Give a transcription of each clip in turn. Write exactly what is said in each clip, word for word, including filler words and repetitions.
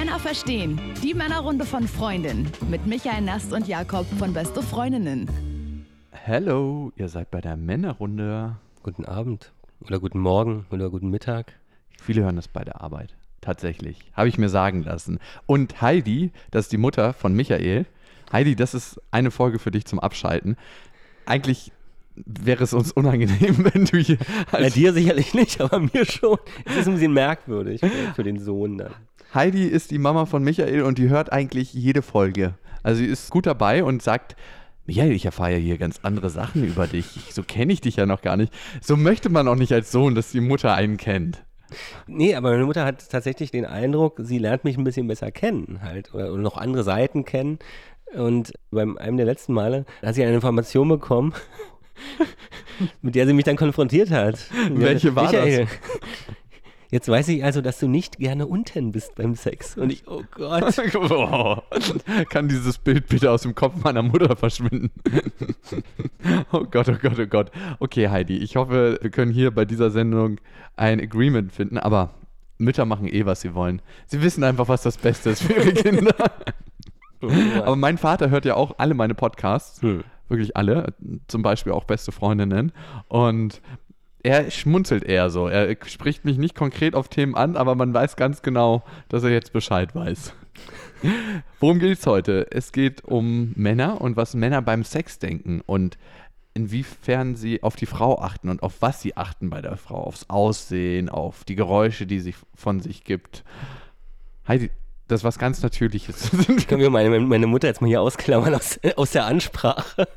Männer verstehen. Die Männerrunde von Freundin. Mit Michael Nast und Jakob von Beste Freundinnen. Hello, ihr seid bei der Männerrunde. Guten Abend oder guten Morgen oder guten Mittag. Viele hören das bei der Arbeit. Tatsächlich. Habe ich mir sagen lassen. Und Heidi, das ist die Mutter von Michael. Heidi, das ist eine Folge für dich zum Abschalten. Eigentlich wäre es uns unangenehm, wenn du hier... Bei dir sicherlich nicht, aber mir schon. Es ist ein bisschen merkwürdig für den Sohn dann. Heidi ist die Mama von Michael und die hört eigentlich jede Folge. Also sie ist gut dabei und sagt, Michael, ich erfahre ja hier ganz andere Sachen über dich. So kenne ich dich ja noch gar nicht. So möchte man auch nicht als Sohn, dass die Mutter einen kennt. Nee, aber meine Mutter hat tatsächlich den Eindruck, sie lernt mich ein bisschen besser kennen halt oder, oder noch andere Seiten kennen. Und beim einem der letzten Male hat sie eine Information bekommen, mit der sie mich dann konfrontiert hat. Welche war Michael, das? Jetzt weiß ich also, dass du nicht gerne unten bist beim Sex. Und ich, oh Gott. Oh, kann dieses Bild bitte aus dem Kopf meiner Mutter verschwinden? Oh Gott, oh Gott, oh Gott. Okay, Heidi, ich hoffe, wir können hier bei dieser Sendung ein Agreement finden, aber Mütter machen eh, was sie wollen. Sie wissen einfach, was das Beste ist für ihre Kinder. Aber mein Vater hört ja auch alle meine Podcasts, hm. wirklich alle, zum Beispiel auch Beste Freundinnen, und er schmunzelt eher so. Er spricht mich nicht konkret auf Themen an, aber man weiß ganz genau, dass er jetzt Bescheid weiß. Worum geht es heute? Es geht um Männer und was Männer beim Sex denken und inwiefern sie auf die Frau achten und auf was sie achten bei der Frau. Aufs Aussehen, auf die Geräusche, die sie von sich gibt. Heidi, das ist was ganz Natürliches. Können wir meine, meine Mutter jetzt mal hier ausklammern aus, aus der Ansprache?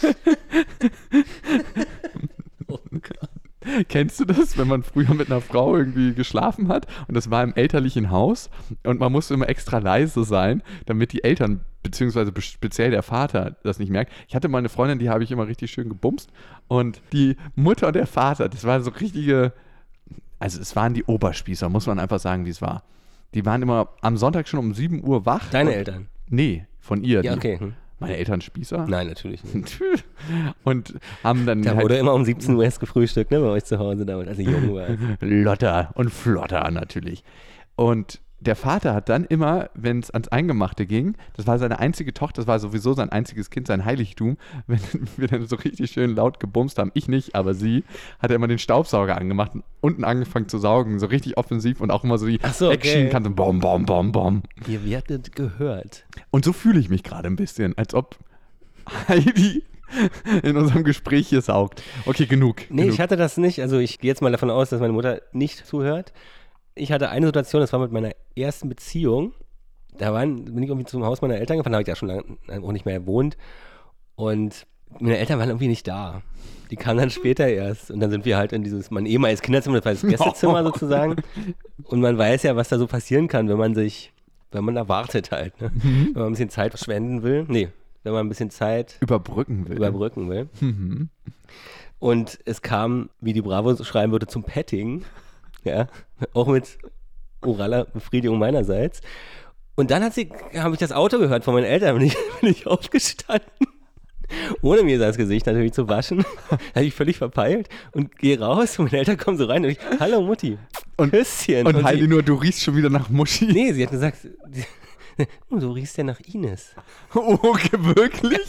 Oh Gott. Kennst du das, wenn man früher mit einer Frau irgendwie geschlafen hat und das war im elterlichen Haus und man musste immer extra leise sein, damit die Eltern, beziehungsweise speziell der Vater, das nicht merkt. Ich hatte mal eine Freundin, die habe ich immer richtig schön gebumst und die Mutter und der Vater, das waren so richtige, also es waren die Oberspießer, muss man einfach sagen, wie es war. Die waren immer am Sonntag schon um sieben Uhr wach. Deine und, Eltern? Nee, von ihr. Ja, die, okay. Hm. Meine Eltern Spießer? Nein, natürlich nicht. Und haben dann Da halt wurde immer um siebzehn Uhr erst gefrühstückt, ne, bei euch zu Hause damals, als ich jung war. Lotter und flotter natürlich. Und der Vater hat dann immer, wenn es ans Eingemachte ging, das war seine einzige Tochter, das war sowieso sein einziges Kind, sein Heiligtum, wenn wir dann so richtig schön laut gebumst haben, ich nicht, aber sie, hat er immer den Staubsauger angemacht und unten angefangen zu saugen, so richtig offensiv und auch immer so die so, Action okay. kannte, bom, bom, bom, bom. Ihr werdet gehört. Und so fühle ich mich gerade ein bisschen, als ob Heidi in unserem Gespräch hier saugt. Okay, genug. Nee, genug. ich hatte das nicht, also ich gehe jetzt mal davon aus, dass meine Mutter nicht zuhört. Ich hatte eine Situation, das war mit meiner ersten Beziehung. Da waren, bin ich irgendwie zum Haus meiner Eltern gefahren, da habe ich ja schon lange auch nicht mehr gewohnt. Und meine Eltern waren irgendwie nicht da. Die kamen dann später erst. Und dann sind wir halt in dieses, mein ehemaliges Kinderzimmer, das war das Gästezimmer sozusagen. Und man weiß ja, was da so passieren kann, wenn man sich, wenn man erwartet halt. Ne? Mhm. Wenn man ein bisschen Zeit verschwenden will. Nee, wenn man ein bisschen Zeit überbrücken will. Überbrücken will. Mhm. Und es kam, wie die Bravo schreiben würde, zum Petting. Ja, auch mit oraler Befriedigung meinerseits. Und dann hat sie, habe ich das Auto gehört von meinen Eltern, bin ich, bin ich aufgestanden, ohne mir das Gesicht natürlich zu waschen. Da habe ich völlig verpeilt und gehe raus und meine Eltern kommen so rein und ich, hallo Mutti, und, Küsschen. Und, und Heidi sie, nur, du riechst schon wieder nach Muschi. Nee, sie hat gesagt, oh, du riechst ja nach Ines. Oh, wirklich?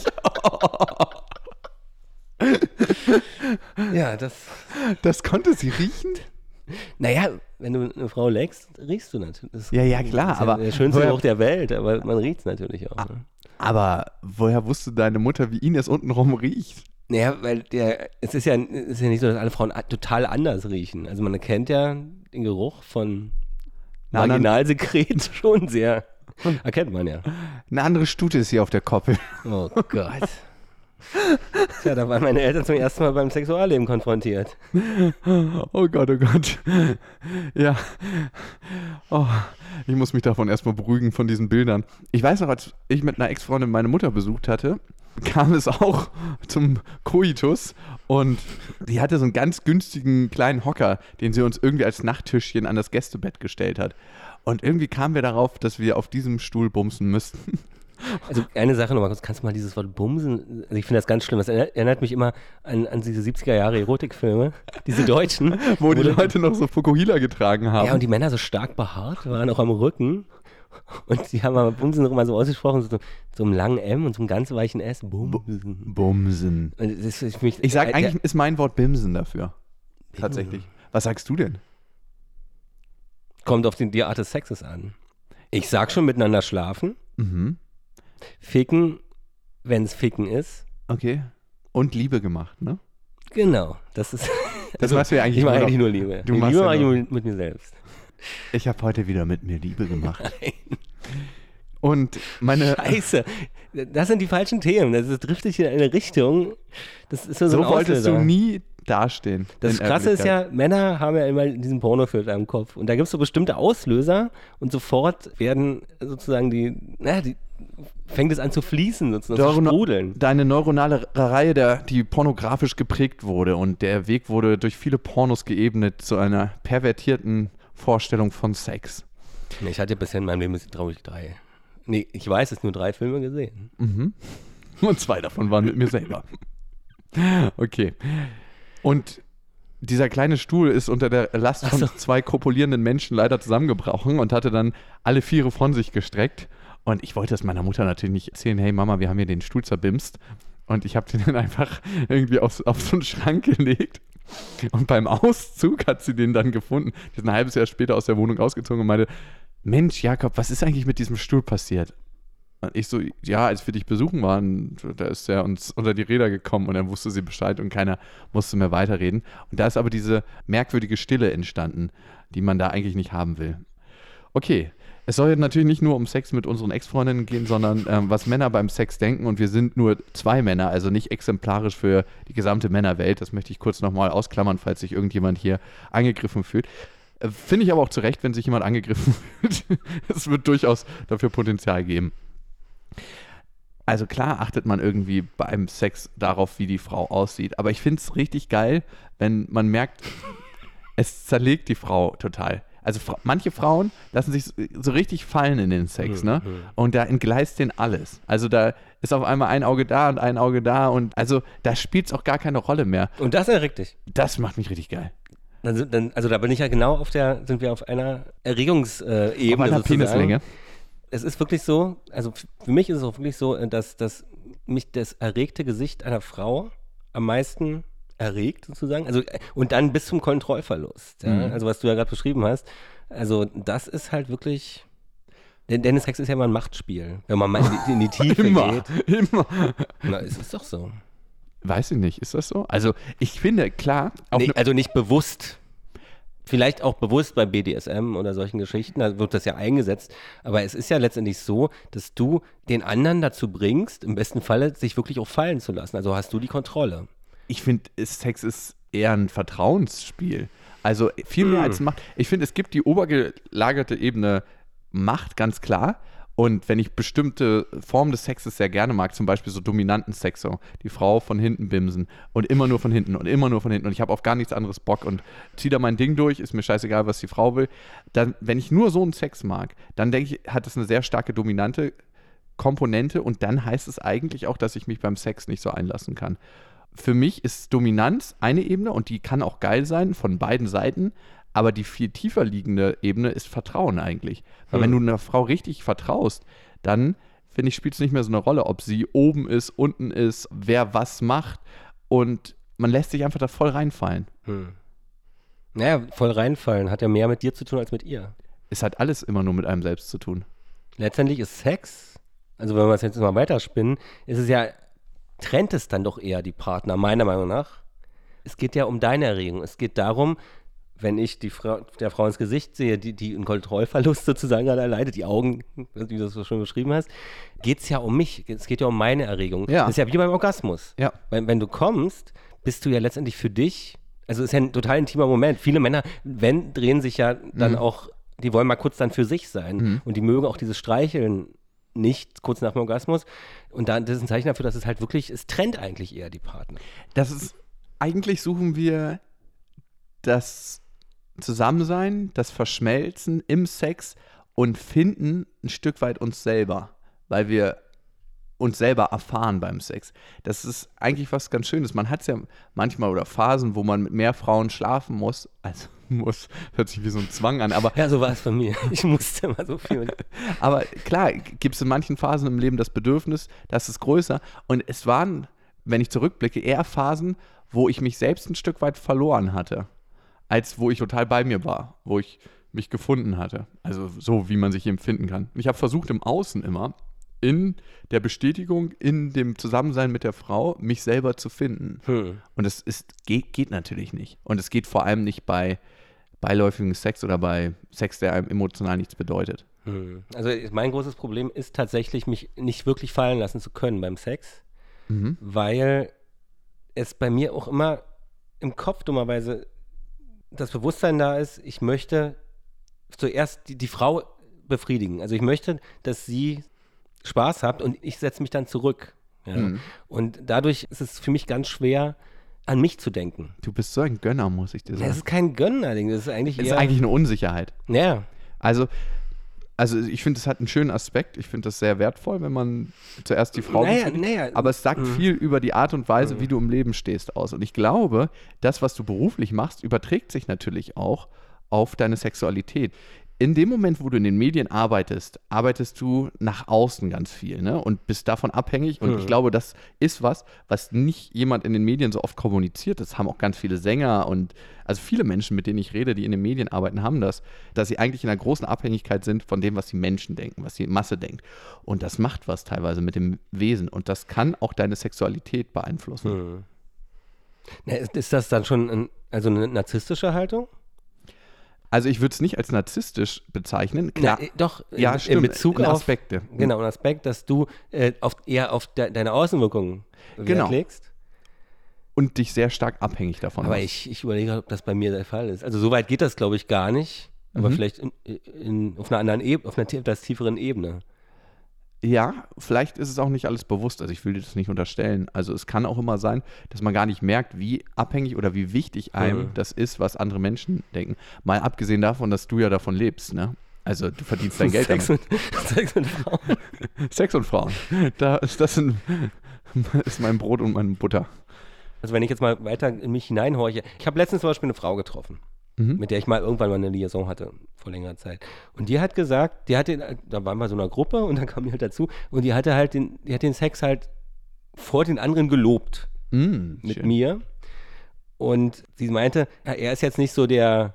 Ja, das... Das konnte sie riechen? Naja, wenn du eine Frau leckst, riechst du natürlich. Das ja, ja, klar. ist ja aber der schönste woher, Geruch der Welt, aber man riecht es natürlich auch. Ne? Aber woher wusste deine Mutter, wie Ines untenrum riecht? Naja, weil der, es ist ja, es ist ja nicht so, dass alle Frauen total anders riechen. Also man erkennt ja den Geruch von Vaginalsekret schon sehr. Erkennt man ja. Eine andere Stute ist hier auf der Koppel. Oh Gott. Tja, da waren meine Eltern zum ersten Mal beim Sexualleben konfrontiert. Oh Gott, oh Gott. Ja. Oh, ich muss mich davon erstmal beruhigen von diesen Bildern. Ich weiß noch, als ich mit einer Ex-Freundin meine Mutter besucht hatte, kam es auch zum Koitus und sie hatte so einen ganz günstigen kleinen Hocker, den sie uns irgendwie als Nachttischchen an das Gästebett gestellt hat. Und irgendwie kamen wir darauf, dass wir auf diesem Stuhl bumsen müssten. Also eine Sache nochmal kurz, kannst du mal dieses Wort Bumsen, also ich finde das ganz schlimm, das erinnert mich immer an, an diese siebziger Jahre Erotikfilme, diese deutschen. Wo die Leute noch so Fukuhila getragen haben. Ja, und die Männer so stark behaart waren, auch am Rücken. Und die haben aber Bumsen noch immer so ausgesprochen, so, so einem langen M und so einem ganz weichen S. Bumsen. Bumsen. Und das ist mich, Ich sag, äh, eigentlich der, ist mein Wort Bimsen dafür. Tatsächlich. Was sagst du denn? Kommt auf den, die Art des Sexes an. Ich sag schon miteinander schlafen. Mhm. Ficken, wenn es Ficken ist. Okay. Und Liebe gemacht, ne? Genau. Das ist. Das machst du ja eigentlich ich mache nur noch- eigentlich nur Liebe. Du Nee, machst Liebe ja mache ich nur- nur mit mir selbst. Ich habe heute wieder mit mir Liebe gemacht. Und meine. Scheiße. Das sind die falschen Themen. Das ist, driftet hier in eine Richtung. Das ist so, So ein wolltest Auslöser. du nie dastehen. Das in Krasse ist Öffentlichkeit. ja, Männer haben ja immer diesen Pornofilter im Kopf. Und da gibt es so bestimmte Auslöser und sofort werden sozusagen die, naja, die fängt es an zu fließen, sozusagen zu Neuron- sprudeln. Deine neuronale Reihe, der, die pornografisch geprägt wurde und der Weg wurde durch viele Pornos geebnet zu einer pervertierten Vorstellung von Sex. Ich hatte bisher in meinem Leben traurig drei. Nee, ich weiß, es nur drei Filme gesehen. Mhm. Und zwei davon waren mit mir selber. Okay. Und dieser kleine Stuhl ist unter der Last von Ach so. zwei kopulierenden Menschen leider zusammengebrochen und hatte dann alle Viere von sich gestreckt. Und ich wollte es meiner Mutter natürlich nicht erzählen, hey Mama, wir haben hier den Stuhl zerbimst. Und ich habe den dann einfach irgendwie auf, auf so einen Schrank gelegt. Und beim Auszug hat sie den dann gefunden. Die ist ein halbes Jahr später aus der Wohnung ausgezogen und meinte, Mensch, Jakob, was ist eigentlich mit diesem Stuhl passiert? Und ich so, ja, als wir dich besuchen waren, da ist er uns unter die Räder gekommen und dann wusste sie Bescheid und keiner musste mehr weiterreden. Und da ist aber diese merkwürdige Stille entstanden, die man da eigentlich nicht haben will. Okay, es soll natürlich nicht nur um Sex mit unseren Ex-Freundinnen gehen, sondern ähm, was Männer beim Sex denken. Und wir sind nur zwei Männer, also nicht exemplarisch für die gesamte Männerwelt. Das möchte ich kurz nochmal ausklammern, falls sich irgendjemand hier angegriffen fühlt. Äh, Finde ich aber auch zu Recht, wenn sich jemand angegriffen fühlt. Es wird durchaus dafür Potenzial geben. Also klar achtet man irgendwie beim Sex darauf, wie die Frau aussieht. Aber ich finde es richtig geil, wenn man merkt, es zerlegt die Frau total. Also fra- manche Frauen lassen sich so, so richtig fallen in den Sex, ne? Und da entgleist denen alles. Also da ist auf einmal ein Auge da und ein Auge da und also da spielt es auch gar keine Rolle mehr. Und das erregt dich. Das macht mich richtig geil. Dann, sind- dann, also da bin ich ja genau auf der, sind wir auf einer Erregungsebene Auf einer sozusagen. Penislänge. Es ist wirklich so, also f- für mich ist es auch wirklich so, dass, dass mich das erregte Gesicht einer Frau am meisten erregt sozusagen, also äh, und dann bis zum Kontrollverlust, ja? Mhm. Also was du ja gerade beschrieben hast, also das ist halt wirklich, denn, denn Sex ist ja immer ein Machtspiel, wenn man mal in die, in die Tiefe Immer, geht. immer. Na, es ist doch so. Weiß ich nicht, ist das so? Also ich finde, klar, auf Nee, eine- also nicht bewusst. Vielleicht auch bewusst bei B D S M oder solchen Geschichten, da wird das ja eingesetzt. Aber es ist ja letztendlich so, dass du den anderen dazu bringst, im besten Falle sich wirklich auch fallen zu lassen. Also hast du die Kontrolle. ich finde, Sex ist eher ein Vertrauensspiel. Also viel mehr Mm. als Macht. Ich finde, es gibt die obergelagerte Ebene Macht, ganz klar. Und wenn ich bestimmte Formen des Sexes sehr gerne mag, zum Beispiel so dominanten Sex, so die Frau von hinten bimsen und immer nur von hinten und immer nur von hinten und ich habe auf gar nichts anderes Bock und ziehe da mein Ding durch, ist mir scheißegal, was die Frau will. Dann, wenn ich nur so einen Sex mag, dann denke ich, hat es eine sehr starke dominante Komponente und dann heißt es eigentlich auch, dass ich mich beim Sex nicht so einlassen kann. Für mich ist Dominanz eine Ebene und die kann auch geil sein von beiden Seiten, aber die viel tiefer liegende Ebene ist Vertrauen eigentlich. Weil Hm. wenn du einer Frau richtig vertraust, dann, finde ich, spielt es nicht mehr so eine Rolle, ob sie oben ist, unten ist, wer was macht und man lässt sich einfach da voll reinfallen. Hm. Naja, voll reinfallen hat ja mehr mit dir zu tun als mit ihr. Es hat alles immer nur mit einem selbst zu tun. Letztendlich ist Sex, also wenn wir es jetzt mal weiterspinnen, ist es ja, trennt es dann doch eher die Partner, meiner Meinung nach. Es geht ja um deine Erregung. Es geht darum, wenn ich die Frau, der Frau ins Gesicht sehe, die, die einen Kontrollverlust sozusagen gerade erleidet, die Augen, wie du das so schön beschrieben hast, geht es ja um mich. Es geht ja um meine Erregung. Ja. Das ist ja wie beim Orgasmus. Ja. Wenn, wenn du kommst, bist du ja letztendlich für dich, also ist ja ein total intimer Moment. Viele Männer, wenn, drehen sich ja dann Mhm. auch, die wollen mal kurz dann für sich sein Mhm. und die mögen auch dieses Streicheln nicht kurz nach dem Orgasmus. Und dann, das ist ein Zeichen dafür, dass es halt wirklich, es trennt eigentlich eher die Partner. Das ist, eigentlich suchen wir das Zusammensein, das Verschmelzen im Sex und finden ein Stück weit uns selber, weil wir uns selber erfahren beim Sex. Das ist eigentlich was ganz Schönes. Man hat es ja manchmal oder Phasen, wo man mit mehr Frauen schlafen muss. Also muss, hört sich wie so ein Zwang an, aber... Ja, so war es bei mir. Ich musste immer so viel. Aber klar, gibt es in manchen Phasen im Leben das Bedürfnis, das ist größer. Und es waren, wenn ich zurückblicke, eher Phasen, wo ich mich selbst ein Stück weit verloren hatte, als wo ich total bei mir war, wo ich mich gefunden hatte. Also so, wie man sich eben finden kann. Und ich habe versucht, im Außen immer, in der Bestätigung, in dem Zusammensein mit der Frau, mich selber zu finden. Hm. Und das ist, geht, geht natürlich nicht. Und es geht vor allem nicht bei beiläufigem Sex oder bei Sex, der einem emotional nichts bedeutet. Hm. Also mein großes Problem ist tatsächlich, mich nicht wirklich fallen lassen zu können beim Sex, mhm. weil es bei mir auch immer im Kopf dummerweise das Bewusstsein da ist, ich möchte zuerst die, die Frau befriedigen. Also ich möchte, dass sie Spaß habt und ich setze mich dann zurück. Ja. Mhm. Und dadurch ist es für mich ganz schwer, an mich zu denken. Du bist so ein Gönner, muss ich dir sagen. Das ist kein Gönner, das ist eigentlich Es eher... ist eigentlich eine Unsicherheit. Ja. Also, also ich finde, es hat einen schönen Aspekt. Ich finde das sehr wertvoll, wenn man zuerst die Frau naja, befriedigt. naja. Aber es sagt mhm. viel über die Art und Weise, mhm. wie du im Leben stehst, aus. Und ich glaube, das, was du beruflich machst, überträgt sich natürlich auch auf deine Sexualität. In dem Moment, wo du in den Medien arbeitest, arbeitest du nach außen ganz viel, ne? Und bist davon abhängig. Und mhm. ich glaube, das ist was, was nicht jemand in den Medien so oft kommuniziert. Das haben auch ganz viele Sänger und also viele Menschen, mit denen ich rede, die in den Medien arbeiten, haben das, dass sie eigentlich in einer großen Abhängigkeit sind von dem, was die Menschen denken, was die Masse denkt. Und das macht was teilweise mit dem Wesen. Und das kann auch deine Sexualität beeinflussen. Mhm. Na, ist, ist das dann schon ein, also eine narzisstische Haltung? Also ich würde es nicht als narzisstisch bezeichnen. Klar, Na, doch, ja, in, stimmt, in Bezug in auf Aspekte. Genau, ein Aspekt, dass du äh, auf, eher auf de, deine Außenwirkungen Wert genau. legst. Und dich sehr stark abhängig davon Aber machst. ich, ich überlege, ob das bei mir der Fall ist. Also so weit geht das, glaube ich, gar nicht. Aber mhm. vielleicht in, in, auf einer anderen Ebene, auf einer etwas tieferen Ebene. Ja, vielleicht ist es auch nicht alles bewusst, also ich will dir das nicht unterstellen. Also es kann auch immer sein, dass man gar nicht merkt, wie abhängig oder wie wichtig einem mhm. das ist, was andere Menschen denken. Mal abgesehen davon, dass du ja davon lebst, ne? Also du verdienst dein Geld Sex damit. Und, Sex und Frauen. Sex und Frauen. Da ist, das sind, ist mein Brot und meine Butter. Also wenn ich jetzt mal weiter in mich hineinhorche. Ich habe letztens zum Beispiel eine Frau getroffen, mhm. mit der ich mal irgendwann mal eine Liaison hatte, vor längerer Zeit. Und die hat gesagt, die hatte, da waren wir so einer Gruppe und dann kam die halt dazu und die hatte halt den, die hat den Sex halt vor den anderen gelobt mm, mit schön. mir. Und sie meinte, ja, er ist jetzt nicht so der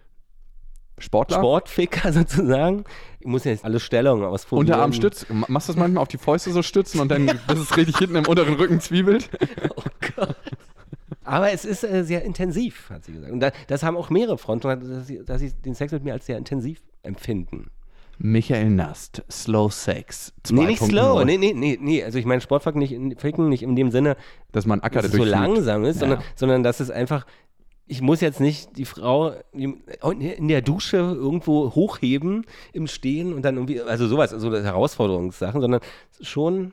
Sportler? Sportficker sozusagen. Ich muss jetzt alle Stellungen ausprobieren. Unterarm stützen. Machst du das manchmal auf die Fäuste so stützen und dann, bis es richtig hinten im unteren Rücken zwiebelt? Oh Gott. Aber es ist äh, sehr intensiv, hat sie gesagt. Und da, das haben auch mehrere Fronten, dass sie, dass sie den Sex mit mir als sehr intensiv empfinden. Michael Nast, Slow Sex zwei Nee, nicht Punkt null. slow. Nee, nee, nee, nee. Also ich meine Sportficken nicht, in, Ficken nicht in dem Sinne, dass man Acker dass es so durchfliegt. langsam ist, Ja. sondern, sondern dass es einfach, ich muss jetzt nicht die Frau in der Dusche irgendwo hochheben im Stehen und dann irgendwie, also sowas, so Herausforderungssachen, sondern schon,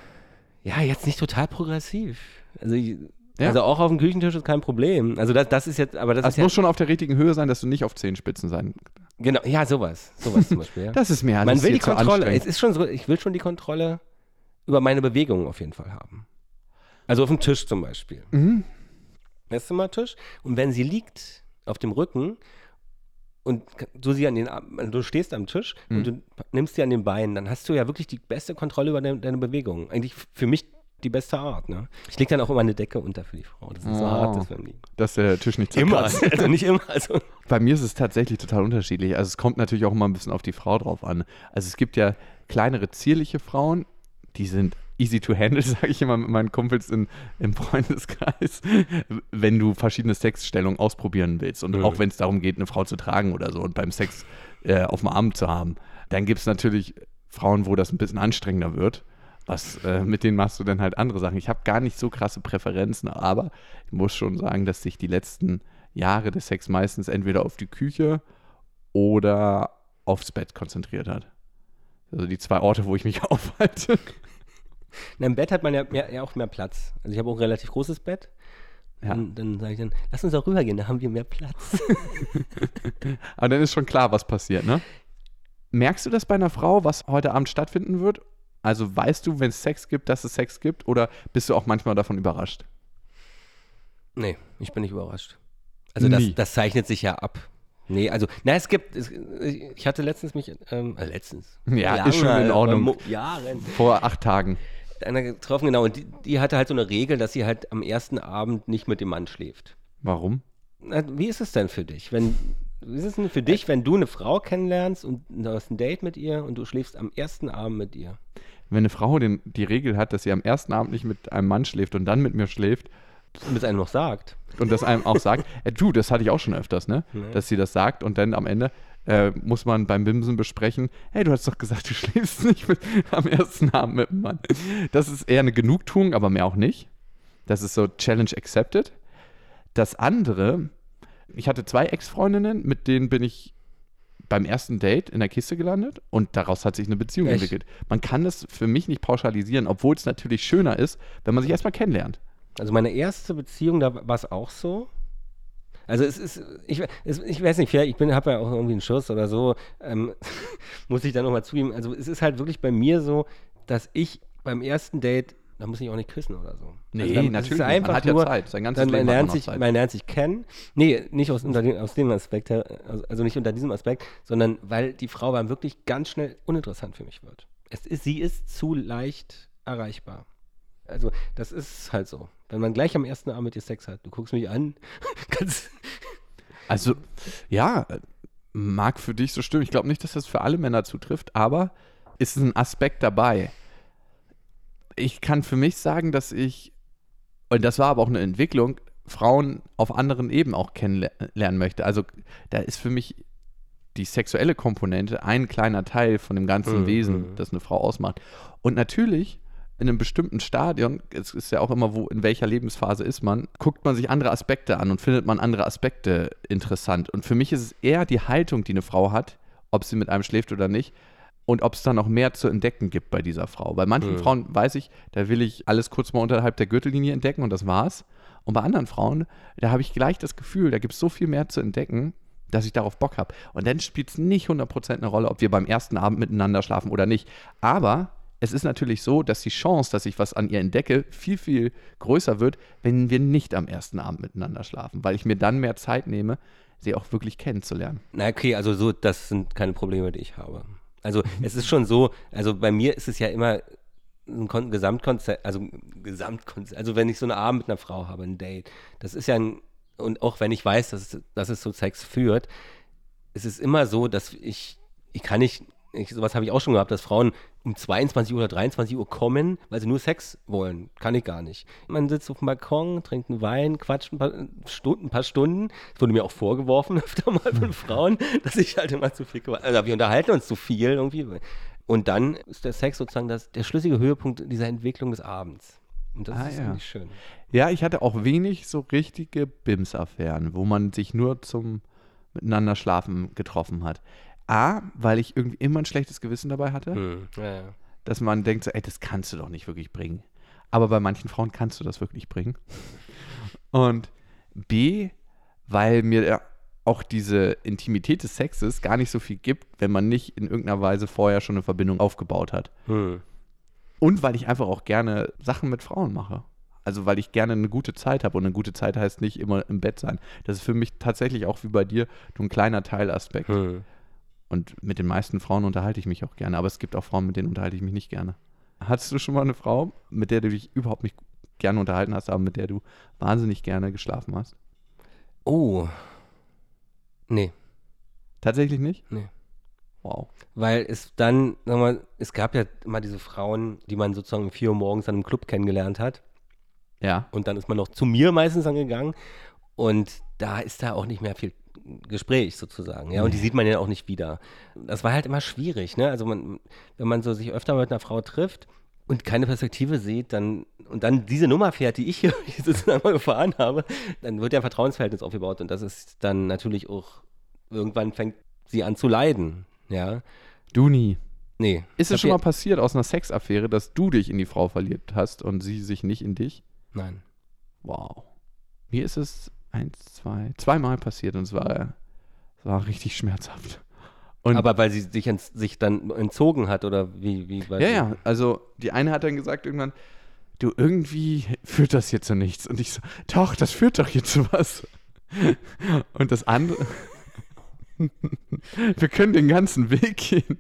ja, jetzt nicht total progressiv. Also ich, Ja. Also auch auf dem Küchentisch ist kein Problem. Also das, das ist jetzt, aber das Das ist ja, muss schon auf der richtigen Höhe sein, dass du nicht auf Zehenspitzen sein. genau, ja, sowas, sowas zum Beispiel. Ja. Das ist mir alles Man will hier die zu Kontrolle, anstrengend. es ist schon so, ich will schon die Kontrolle über meine Bewegungen auf jeden Fall haben. Also auf dem Tisch zum Beispiel. Mhm. Esszimmertisch. Und wenn sie liegt auf dem Rücken und du sie an den, du stehst am Tisch Mhm. und du nimmst sie an den Beinen, dann hast du ja wirklich die beste Kontrolle über deine, deine Bewegungen. Eigentlich für mich die beste Art, ne? Ich lege dann auch immer eine Decke unter für die Frau. Das ist so Oh. hart, das beim Liegen. Dass der Tisch nicht Immer, zerplatzt. also nicht immer. Also. Bei mir ist es tatsächlich total unterschiedlich. Also es kommt natürlich auch immer ein bisschen auf die Frau drauf an. Also es gibt ja kleinere, zierliche Frauen, die sind easy to handle, sage ich immer mit meinen Kumpels in, im Freundeskreis, wenn du verschiedene Sexstellungen ausprobieren willst. Und Mhm. auch wenn es darum geht, eine Frau zu tragen oder so und beim Sex äh, auf dem Arm zu haben. Dann gibt es natürlich Frauen, wo das ein bisschen anstrengender wird. Was, äh, mit denen machst du dann halt andere Sachen. Ich habe gar nicht so krasse Präferenzen, aber ich muss schon sagen, dass sich die letzten Jahre des Sex meistens entweder auf die Küche oder aufs Bett konzentriert hat. Also die zwei Orte, wo ich mich aufhalte. Na, im Bett hat man ja, mehr, ja auch mehr Platz. Also ich habe auch ein relativ großes Bett. Ja. Und dann sage ich dann, lass uns auch rübergehen, da haben wir mehr Platz. Aber dann ist schon klar, was passiert, ne? Merkst du das bei einer Frau, was heute Abend stattfinden wird? Also weißt du, wenn es Sex gibt, dass es Sex gibt oder bist du auch manchmal davon überrascht? Nee, ich bin nicht überrascht. Also das, Nie. das zeichnet sich ja ab. Nee, also, na, es gibt, es, ich hatte letztens mich, ähm, äh, letztens. Ja, lange, ist schon in Ordnung. Mo- Jahren. Vor acht Tagen. Einer getroffen, genau, und die, die hatte halt so eine Regel, dass sie halt am ersten Abend nicht mit dem Mann schläft. Warum? Na, wie ist es denn für dich, wenn, wie ist es denn für dich, wenn du eine Frau kennenlernst und du hast ein Date mit ihr und du schläfst am ersten Abend mit ihr? Wenn eine Frau den, die Regel hat, dass sie am ersten Abend nicht mit einem Mann schläft und dann mit mir schläft, Und es einem noch sagt. und das einem auch sagt, äh, du, das hatte ich auch schon öfters, ne? Nee. Dass sie das sagt und dann am Ende äh, muss man beim Bimsen besprechen, hey, du hast doch gesagt, du schläfst nicht mit, am ersten Abend mit dem Mann. Das ist eher eine Genugtuung, aber mehr auch nicht. Das ist so Challenge accepted. Das andere, ich hatte zwei Ex-Freundinnen, mit denen bin ich beim ersten Date in der Kiste gelandet und daraus hat sich eine Beziehung Echt? entwickelt. Man kann das für mich nicht pauschalisieren, obwohl es natürlich schöner ist, wenn man sich erstmal kennenlernt. Also meine erste Beziehung, da war es auch so. Also es ist, ich, es, ich weiß nicht, vielleicht, ich habe ja auch irgendwie einen Schuss oder so, ähm, muss ich da nochmal zugeben. Also es ist halt wirklich bei mir so, dass ich beim ersten Date, da muss ich auch nicht küssen oder so. Nee, also dann, natürlich ist nicht. einfach Man hat ja nur, Zeit. Sein ganzes dann, man, Leben hat man lernt noch sich, Zeit. man lernt sich kennen. Nee, nicht aus, unter dem, aus dem Aspekt, her, also, also nicht unter diesem Aspekt, sondern weil die Frau dann wirklich ganz schnell uninteressant für mich wird. Es ist, sie ist zu leicht erreichbar. Also das ist halt so. Wenn man gleich am ersten Abend mit dir Sex hat, du guckst mich an, ganz Also, ja, mag für dich so stimmen. Ich glaube nicht, dass das für alle Männer zutrifft, aber ist ein Aspekt dabei. Ich kann für mich sagen, dass ich, und das war aber auch eine Entwicklung, Frauen auf anderen Ebenen auch kennenlernen möchte. Also, da ist für mich die sexuelle Komponente ein kleiner Teil von dem ganzen Mhm. Wesen, das eine Frau ausmacht. Und natürlich in einem bestimmten Stadion, es ist ja auch immer, wo, in welcher Lebensphase ist man, guckt man sich andere Aspekte an und findet man andere Aspekte interessant. Und für mich ist es eher die Haltung, die eine Frau hat, ob sie mit einem schläft oder nicht, und ob es da noch mehr zu entdecken gibt bei dieser Frau. Bei manchen Mhm. Frauen weiß ich, da will ich alles kurz mal unterhalb der Gürtellinie entdecken und das war's. Und bei anderen Frauen, da habe ich gleich das Gefühl, da gibt es so viel mehr zu entdecken, dass ich darauf Bock habe. Und dann spielt es nicht hundert Prozent eine Rolle, ob wir beim ersten Abend miteinander schlafen oder nicht. Aber es ist natürlich so, dass die Chance, dass ich was an ihr entdecke, viel, viel größer wird, wenn wir nicht am ersten Abend miteinander schlafen, weil ich mir dann mehr Zeit nehme, sie auch wirklich kennenzulernen. Na okay, also so, das sind keine Probleme, die ich habe. Also es ist schon so, also bei mir ist es ja immer ein Kon Gesamtkonzept, also Gesamtkonzept, also wenn ich so einen Abend mit einer Frau habe, ein Date, das ist ja ein, und auch wenn ich weiß, dass es, dass es zu Sex führt, es ist immer so, dass ich, ich kann nicht, ich, sowas habe ich auch schon gehabt, dass Frauen um zweiundzwanzig Uhr oder dreiundzwanzig Uhr kommen, weil sie nur Sex wollen. Kann ich gar nicht. Man sitzt auf dem Balkon, trinkt einen Wein, quatscht ein paar Stunden, ein paar Stunden. Es wurde mir auch vorgeworfen öfter mal von Frauen, dass ich halt immer zu viel quatsche. Also wir unterhalten uns zu viel irgendwie. Und dann ist der Sex sozusagen das, der schlüssige Höhepunkt dieser Entwicklung des Abends. Und das Ah, ist ja. eigentlich schön. Ja, ich hatte auch wenig so richtige Bims-Affären, wo man sich nur zum miteinander schlafen getroffen hat. A, weil ich irgendwie immer ein schlechtes Gewissen dabei hatte, Hm. Ja, ja. dass man denkt so, ey, das kannst du doch nicht wirklich bringen. Aber bei manchen Frauen kannst du das wirklich bringen. Und B, weil mir ja auch diese Intimität des Sexes gar nicht so viel gibt, wenn man nicht in irgendeiner Weise vorher schon eine Verbindung aufgebaut hat. Hm. Und weil ich einfach auch gerne Sachen mit Frauen mache. Also weil ich gerne eine gute Zeit habe. Und eine gute Zeit heißt nicht immer im Bett sein. Das ist für mich tatsächlich auch wie bei dir nur ein kleiner Teilaspekt. Hm. Und mit den meisten Frauen unterhalte ich mich auch gerne. Aber es gibt auch Frauen, mit denen unterhalte ich mich nicht gerne. Hattest du schon mal eine Frau, mit der du dich überhaupt nicht gerne unterhalten hast, aber mit der du wahnsinnig gerne geschlafen hast? Oh. Nee. Tatsächlich nicht? Nee. Wow. Weil es dann, sag mal, es gab ja immer diese Frauen, die man sozusagen um vier Uhr morgens an einem Club kennengelernt hat. Ja. Und dann ist man noch zu mir meistens angegangen. Und da ist da auch nicht mehr viel Gespräch sozusagen. Ja, und die sieht man ja auch nicht wieder. Das war halt immer schwierig, ne? Also man, wenn man so sich öfter mit einer Frau trifft und keine Perspektive sieht, dann und dann diese Nummer fährt, die ich hier sozusagen mal gefahren habe, dann wird ja ein Vertrauensverhältnis aufgebaut und das ist dann natürlich auch, irgendwann fängt sie an zu leiden, ja. Du nie. Nee. Ist es Ich schon hab mal passiert aus einer Sexaffäre, dass du dich in die Frau verliebt hast und sie sich nicht in dich? ja- Nein. Wow. Mir ist es eins, zwei, zweimal passiert und es war, es war richtig schmerzhaft. Und Aber weil sie sich, ents, sich dann entzogen hat oder wie? wie ja, ja, also die eine hat dann gesagt irgendwann, du, irgendwie führt das hier zu nichts. Und ich so, doch, das führt doch hier zu was. Und das andere, wir können den ganzen Weg gehen.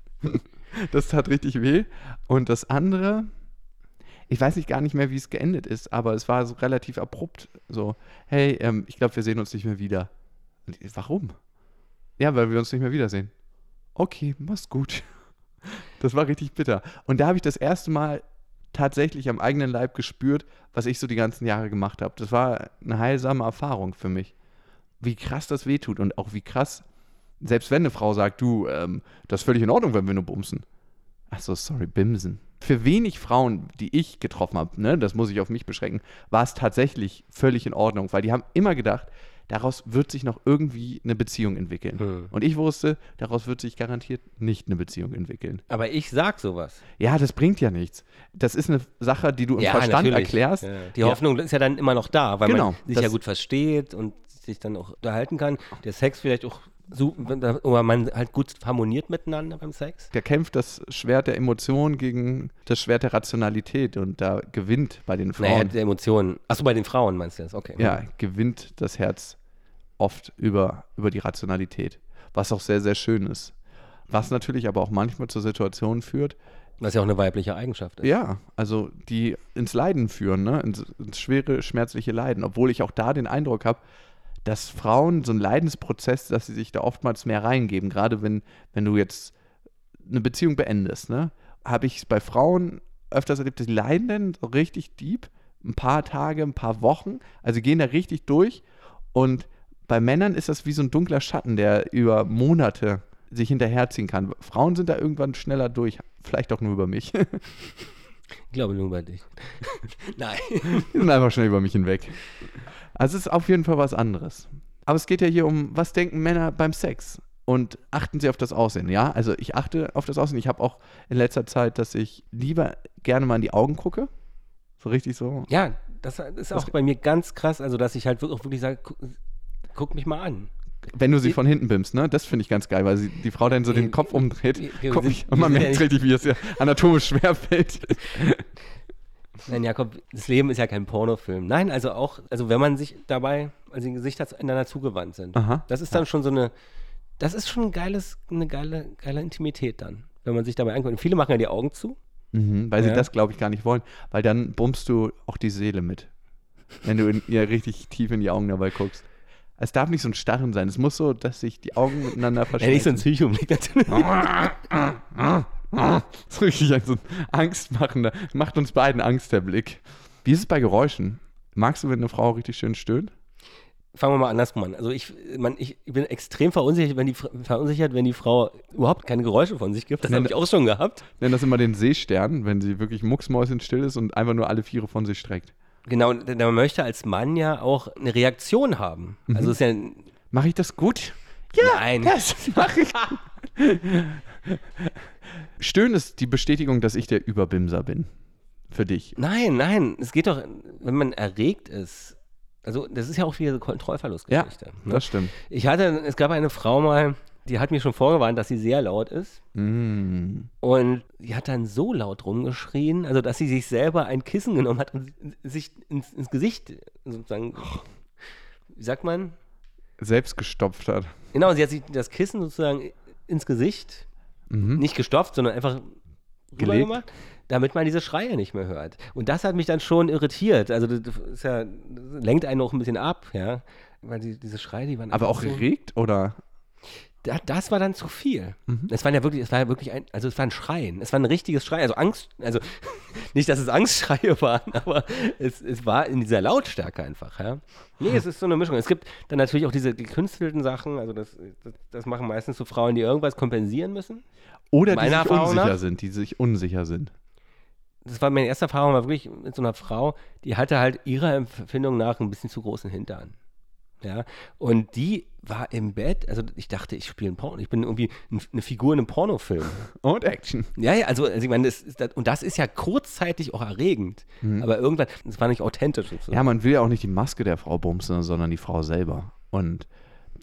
Das tat richtig weh. Und das andere, ich weiß nicht gar nicht mehr, wie es geendet ist, aber es war so relativ abrupt. So, hey, ähm, ich glaube, wir sehen uns nicht mehr wieder. Und ich, warum? Ja, weil wir uns nicht mehr wiedersehen. Okay, mach's gut. Das war richtig bitter. Und da habe ich das erste Mal tatsächlich am eigenen Leib gespürt, was ich so die ganzen Jahre gemacht habe. Das war eine heilsame Erfahrung für mich. Wie krass das wehtut und auch wie krass, selbst wenn eine Frau sagt, du, ähm, das ist völlig in Ordnung, wenn wir nur bumsen. Ach so, sorry, bimsen. Für wenig Frauen, die ich getroffen habe, ne, das muss ich auf mich beschränken, war es tatsächlich völlig in Ordnung, weil die haben immer gedacht, daraus wird sich noch irgendwie eine Beziehung entwickeln. Hm. Und ich wusste, daraus wird sich garantiert nicht eine Beziehung entwickeln. Aber ich sag sowas. Ja, das bringt ja nichts. Das ist eine Sache, die du im ja, Verstand natürlich. erklärst. Ja. Die Hoffnung ja. ist ja dann immer noch da, weil genau, man sich ja gut versteht und sich dann auch unterhalten kann. Der Sex vielleicht auch so, oder man halt gut harmoniert miteinander beim Sex. Da kämpft das Schwert der Emotion gegen das Schwert der Rationalität und da gewinnt bei den Frauen. Naja, der Emotionen. Achso, bei den Frauen meinst du das? Okay. Ja, gewinnt das Herz oft über, über die Rationalität, was auch sehr, sehr schön ist. Was natürlich aber auch manchmal zur Situation führt. Was ja auch eine weibliche Eigenschaft ist. Ja, also die ins Leiden führen, ne? ins, ins schwere, schmerzliche Leiden. Obwohl ich auch da den Eindruck habe, dass Frauen so ein Leidensprozess, dass sie sich da oftmals mehr reingeben. Gerade wenn, wenn du jetzt eine Beziehung beendest, ne? Habe ich es bei Frauen öfters erlebt, die leiden dann so richtig deep, ein paar Tage, ein paar Wochen. Also sie gehen da richtig durch und bei Männern ist das wie so ein dunkler Schatten, der über Monate sich hinterherziehen kann. Frauen sind da irgendwann schneller durch. Vielleicht auch nur über mich. Ich glaube nur über dich. Nein. Die sind einfach schnell über mich hinweg. Also es ist auf jeden Fall was anderes. Aber es geht ja hier um, was denken Männer beim Sex? Und achten sie auf das Aussehen, ja? Also ich achte auf das Aussehen. Ich habe auch in letzter Zeit, dass ich lieber gerne mal in die Augen gucke. So richtig so. Ja, das ist auch das bei mir ganz krass. Also dass ich halt auch wirklich sage, guck mich mal an. Wenn du sie von hinten bimmst, ne? Das finde ich ganz geil, weil sie, die Frau dann so den Kopf umdreht. Guck mich, und man merkt richtig, wie es ja anatomisch schwerfällt. Nein, Jakob, das Leben ist ja kein Pornofilm. Nein, also auch, also wenn man sich dabei, also die Gesichter einander zugewandt sind. Aha. Das ist dann ja. schon so eine, das ist schon ein geiles, eine geile, geile Intimität dann, wenn man sich dabei anguckt. Und viele machen ja die Augen zu. Mhm, weil ja. sie das, glaube ich, gar nicht wollen. Weil dann bummst du auch die Seele mit. Wenn du in, ja, richtig tief in die Augen dabei guckst. Es darf nicht so ein Starren sein. Es muss so, dass sich die Augen miteinander verschmelzen. Ja, nicht so ein Psychoblick natürlich. Das ist richtig ein so ein angstmachender, macht uns beiden Angst, der Blick. Wie ist es bei Geräuschen? Magst du, wenn eine Frau richtig schön stöhnt? Fangen wir mal andersrum an. Also ich, man, ich bin extrem verunsichert wenn, die, verunsichert, wenn die Frau überhaupt keine Geräusche von sich gibt. Das habe ich auch schon gehabt. Ich nenne das immer den Seestern, wenn sie wirklich mucksmäuschenstill ist und einfach nur alle Viere von sich streckt. Genau, denn man möchte als Mann ja auch eine Reaktion haben. Mhm. Also ist ja... Mache ich das gut? Ja, Nein. das mache ich. Stöhnen ist die Bestätigung, dass ich der Überbimser bin. Für dich. Nein, nein. Es geht doch, wenn man erregt ist. Also das ist ja auch wieder eine Kontrollverlustgeschichte. Ja, ne? Das stimmt. Ich hatte, es gab eine Frau mal, die hat mir schon vorgewarnt, dass sie sehr laut ist. Mm. Und die hat dann so laut rumgeschrien, also dass sie sich selber ein Kissen genommen hat und sich ins, ins Gesicht sozusagen, wie sagt man? Selbst gestopft hat. Genau, sie hat sich das Kissen sozusagen ins Gesicht, mhm. nicht gestopft, sondern einfach gelegt, gemacht, damit man diese Schreie nicht mehr hört. Und das hat mich dann schon irritiert. Also das, ist ja, das lenkt einen auch ein bisschen ab, ja, weil die, diese Schreie, die waren aber auch so, erregt, oder? Da, das war dann zu viel. Mhm. Es war ja wirklich, es war ja wirklich ein, also es war ein Schreien. Es war ein richtiges Schreien, also Angst, also nicht, dass es Angstschreie waren, aber es, es war in dieser Lautstärke einfach, ja. Nee, es ist so eine Mischung. Es gibt dann natürlich auch diese gekünstelten Sachen, also das, das, das machen meistens so Frauen, die irgendwas kompensieren müssen. Oder die sich unsicher sind, die sich unsicher sind. Das war meine erste Erfahrung, war wirklich mit so einer Frau, die hatte halt ihrer Empfindung nach ein bisschen zu großen Hintern. Ja, und die war im Bett, also ich dachte, ich spiele ein Porno, ich bin irgendwie eine Figur in einem Pornofilm. Und Action. Ja, ja, also, also ich meine, das ist das, und das ist ja kurzzeitig auch erregend, mhm. aber irgendwann, das war nicht authentisch. Sozusagen. Ja, man will ja auch nicht die Maske der Frau bumsen, sondern die Frau selber. Und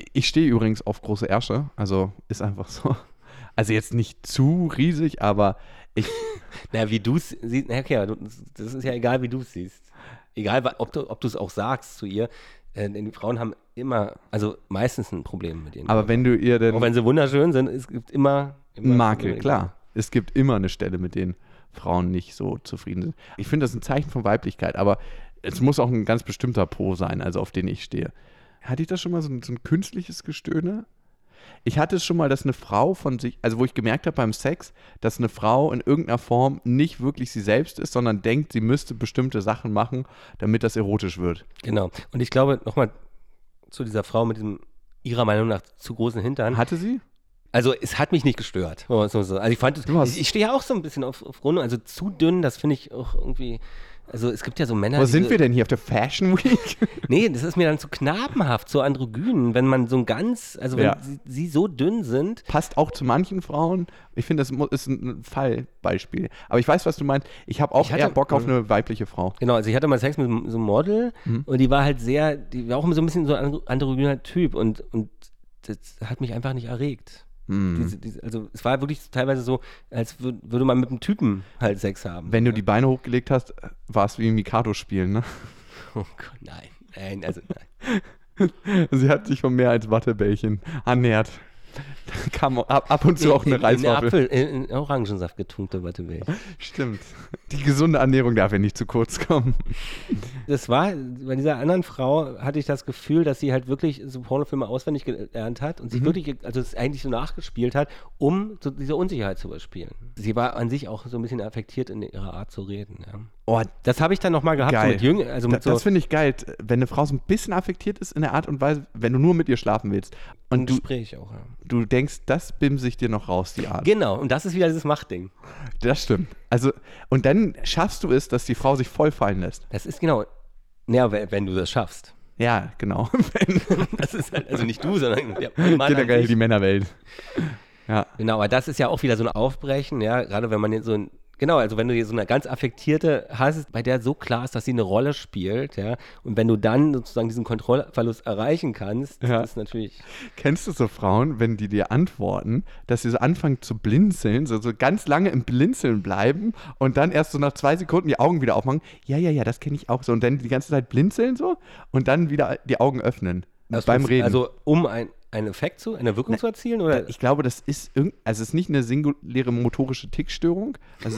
Ich stehe übrigens auf große Ärsche, also ist einfach so. Also jetzt nicht zu riesig, aber ich... naja, wie du es siehst, na okay, das ist ja egal, wie du es siehst. Egal, ob du ob du es auch sagst zu ihr. Äh, denn die Frauen haben immer, also meistens ein Problem mit ihren Aber wenn du ihr denn... Auch wenn sie wunderschön sind, es gibt immer... immer Makel, klar. Es gibt immer eine Stelle, mit denen Frauen nicht so zufrieden sind. Ich finde, das ist ein Zeichen von Weiblichkeit, aber es muss auch ein ganz bestimmter Po sein, also auf den ich stehe. Hatte ich das schon mal, so ein, so ein künstliches Gestöhne? Ich hatte es schon mal, dass eine Frau von sich, also wo ich gemerkt habe beim Sex, dass eine Frau in irgendeiner Form nicht wirklich sie selbst ist, sondern denkt, sie müsste bestimmte Sachen machen, damit das erotisch wird. Genau. Und ich glaube, nochmal zu dieser Frau mit diesem, ihrer Meinung nach, zu großen Hintern. Hatte sie? Also es hat mich nicht gestört. Also ich fand, ich, ich stehe ja auch so ein bisschen auf, auf Runde, also zu dünn, das finde ich auch irgendwie... Also es gibt ja so Männer... Wo sind so, wir denn hier, auf der Fashion Week? Nee, das ist mir dann zu knabenhaft, zu androgyn, wenn man so ein ganz, also wenn ja. sie, sie so dünn sind. Passt auch zu manchen Frauen. Ich finde, das ist ein Fallbeispiel. Aber ich weiß, was du meinst. Ich habe auch ich hatte, eher Bock auf eine weibliche Frau. Genau, also ich hatte mal Sex mit so einem Model mhm. und die war halt sehr, die war auch so ein bisschen so ein androgyner Typ und, und das hat mich einfach nicht erregt. Diese, diese, also es war wirklich teilweise so, als würd, würde man mit einem Typen halt Sex haben. Wenn ja. du die Beine hochgelegt hast, war es wie Mikado spielen, ne? Oh Gott, nein, nein, also nein. Sie hat sich von mehr als Wattebällchen ernährt. Da kam ab, ab und zu in, auch eine in, Reiswaffel. In, Apfel, in, in Orangensaft getunkte Wattebällchen. Stimmt. Die gesunde Ernährung darf ja nicht zu kurz kommen. Das war, bei dieser anderen Frau hatte ich das Gefühl, dass sie halt wirklich so Pornofilme auswendig gelernt hat und sich mhm. wirklich, also es eigentlich so nachgespielt hat, um so diese Unsicherheit zu überspielen. Sie war an sich auch so ein bisschen affektiert in ihrer Art zu reden. Ja. Oh, das habe ich dann nochmal gehabt. Geil. So mit Jüng, also mit das so das finde ich geil, wenn eine Frau so ein bisschen affektiert ist in der Art und Weise, wenn du nur mit ihr schlafen willst. Und du, Gespräch auch, ja. Du denkst, das bimse ich dir noch raus, die Art. Genau, und das ist wieder dieses Machtding. Das stimmt. Also, und dann schaffst du es, dass die Frau sich voll fallen lässt. Das ist genau, naja, wenn, wenn du das schaffst. Ja, genau. Das ist halt, also nicht du, sondern der Mann generell die Männerwelt. Ja. Genau, aber das ist ja auch wieder so ein Aufbrechen, ja, gerade wenn man jetzt so ein Genau, also wenn du hier so eine ganz affektierte hast, bei der so klar ist, dass sie eine Rolle spielt, ja, und wenn du dann sozusagen diesen Kontrollverlust erreichen kannst, ja. das ist natürlich... Kennst du so Frauen, wenn die dir antworten, dass sie so anfangen zu blinzeln, so, so ganz lange im Blinzeln bleiben und dann erst so nach zwei Sekunden die Augen wieder aufmachen? Ja, ja, ja, das kenne ich auch so. Und dann die ganze Zeit blinzeln so und dann wieder die Augen öffnen also beim Reden. Also um ein... einen Effekt zu, eine Wirkung Na, zu erzielen? Oder? Ich glaube, das ist irgend, also es ist nicht eine singuläre motorische Tickstörung. Also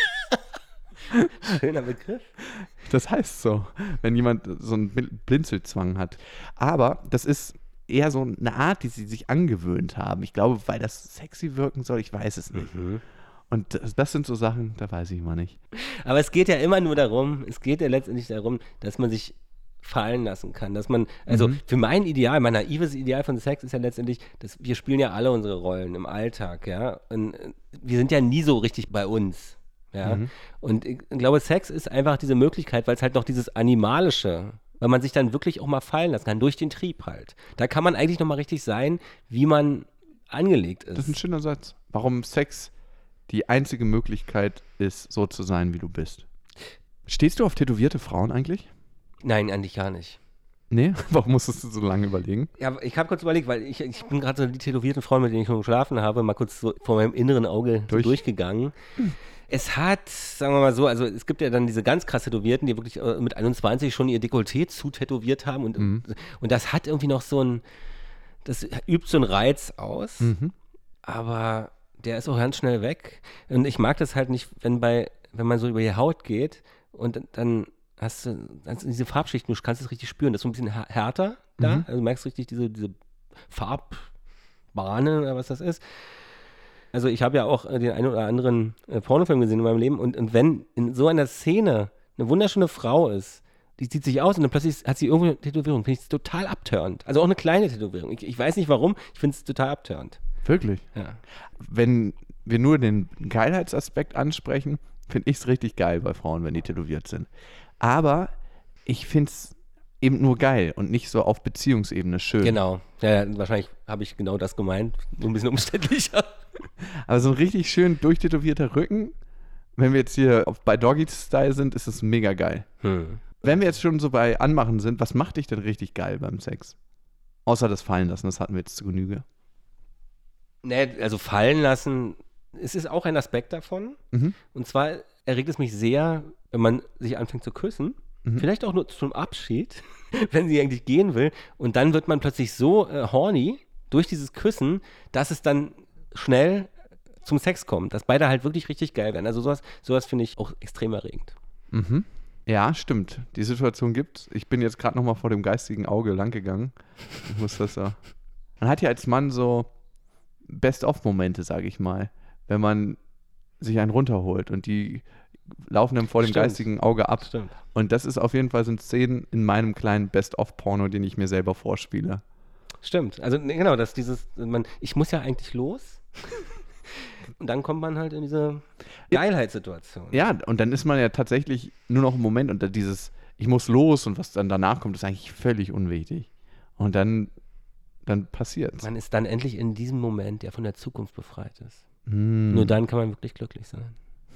Schöner Begriff. Das heißt so, wenn jemand so einen Blinzelzwang hat. Aber das ist eher so eine Art, die sie sich angewöhnt haben. Ich glaube, weil das sexy wirken soll, ich weiß es nicht. Mhm. Und das, das sind so Sachen, da weiß ich immer nicht. Aber es geht ja immer nur darum, es geht ja letztendlich darum, dass man sich fallen lassen kann, dass man, also mhm. für mein Ideal, mein naives Ideal von Sex ist ja letztendlich, dass wir spielen ja alle unsere Rollen im Alltag, ja, und wir sind ja nie so richtig bei uns, ja, mhm. und ich glaube, Sex ist einfach diese Möglichkeit, weil es halt noch dieses Animalische, weil man sich dann wirklich auch mal fallen lassen kann, durch den Trieb halt. Da kann man eigentlich noch mal richtig sein, wie man angelegt ist. Das ist ein schöner Satz. Warum Sex die einzige Möglichkeit ist, so zu sein, wie du bist. Stehst du auf tätowierte Frauen eigentlich? Nein, eigentlich gar nicht. Nee? Warum musstest du so lange überlegen? Ja, ich habe kurz überlegt, weil ich, ich bin gerade so die tätowierten Frauen, mit denen ich schon geschlafen habe, mal kurz so vor meinem inneren Auge Durch. durchgegangen. Hm. Es hat, sagen wir mal so, also es gibt ja dann diese ganz krass Tätowierten, die wirklich mit einundzwanzig schon ihr Dekolleté zutätowiert haben und, mhm. und das hat irgendwie noch so ein, das übt so einen Reiz aus, mhm. aber der ist auch ganz schnell weg und ich mag das halt nicht, wenn bei, wenn man so über die Haut geht und dann hast du also diese Farbschichten, du kannst es richtig spüren, das ist so ein bisschen härter da, mhm. also du merkst richtig diese, diese Farbbahnen oder was das ist. Also ich habe ja auch den einen oder anderen äh, Pornofilm gesehen in meinem Leben und, und wenn in so einer Szene eine wunderschöne Frau ist, die zieht sich aus und dann plötzlich hat sie irgendwo eine Tätowierung, finde ich es total abtörend. Also auch eine kleine Tätowierung. Ich, ich weiß nicht warum, ich finde es total abtörend. Wirklich? Ja. Wenn wir nur den Geilheitsaspekt ansprechen, finde ich es richtig geil bei Frauen, wenn die tätowiert sind. Aber ich finde es eben nur geil und nicht so auf Beziehungsebene schön. Genau. Ja, ja, wahrscheinlich habe ich genau das gemeint. Nur ein bisschen umständlicher. Aber so ein richtig schön durchtätowierter Rücken, wenn wir jetzt hier auf, bei Doggy-Style sind, ist es mega geil. Hm. Wenn wir jetzt schon so bei Anmachen sind, was macht dich denn richtig geil beim Sex? Außer das Fallen lassen, das hatten wir jetzt zu Genüge. Nee, also fallen lassen, es ist auch ein Aspekt davon. Mhm. Und zwar erregt es mich sehr, wenn man sich anfängt zu küssen. Mhm. Vielleicht auch nur zum Abschied, wenn sie eigentlich gehen will. Und dann wird man plötzlich so äh, horny durch dieses Küssen, dass es dann schnell zum Sex kommt. Dass beide halt wirklich richtig geil werden. Also sowas, sowas finde ich auch extrem erregend. Mhm. Ja, stimmt. Die Situation gibt's. Ich bin jetzt gerade noch mal vor dem geistigen Auge langgegangen. Ich muss das so. Man hat ja als Mann so Best-of-Momente, sage ich mal, wenn man sich einen runterholt und die laufen dann vor dem Stimmt. geistigen Auge ab. Stimmt. Und das ist auf jeden Fall so ein Szenen in meinem kleinen Best-of-Porno, den ich mir selber vorspiele. Stimmt. Also ne, genau, dass dieses, man, ich muss ja eigentlich los. Und dann kommt man halt in diese Geilheitssituation. Ja, und dann ist man ja tatsächlich nur noch im Moment und dieses, ich muss los und was dann danach kommt, ist eigentlich völlig unwichtig. Und dann, dann passiert's. Man ist dann endlich in diesem Moment, der von der Zukunft befreit ist. Hm. Nur dann kann man wirklich glücklich sein.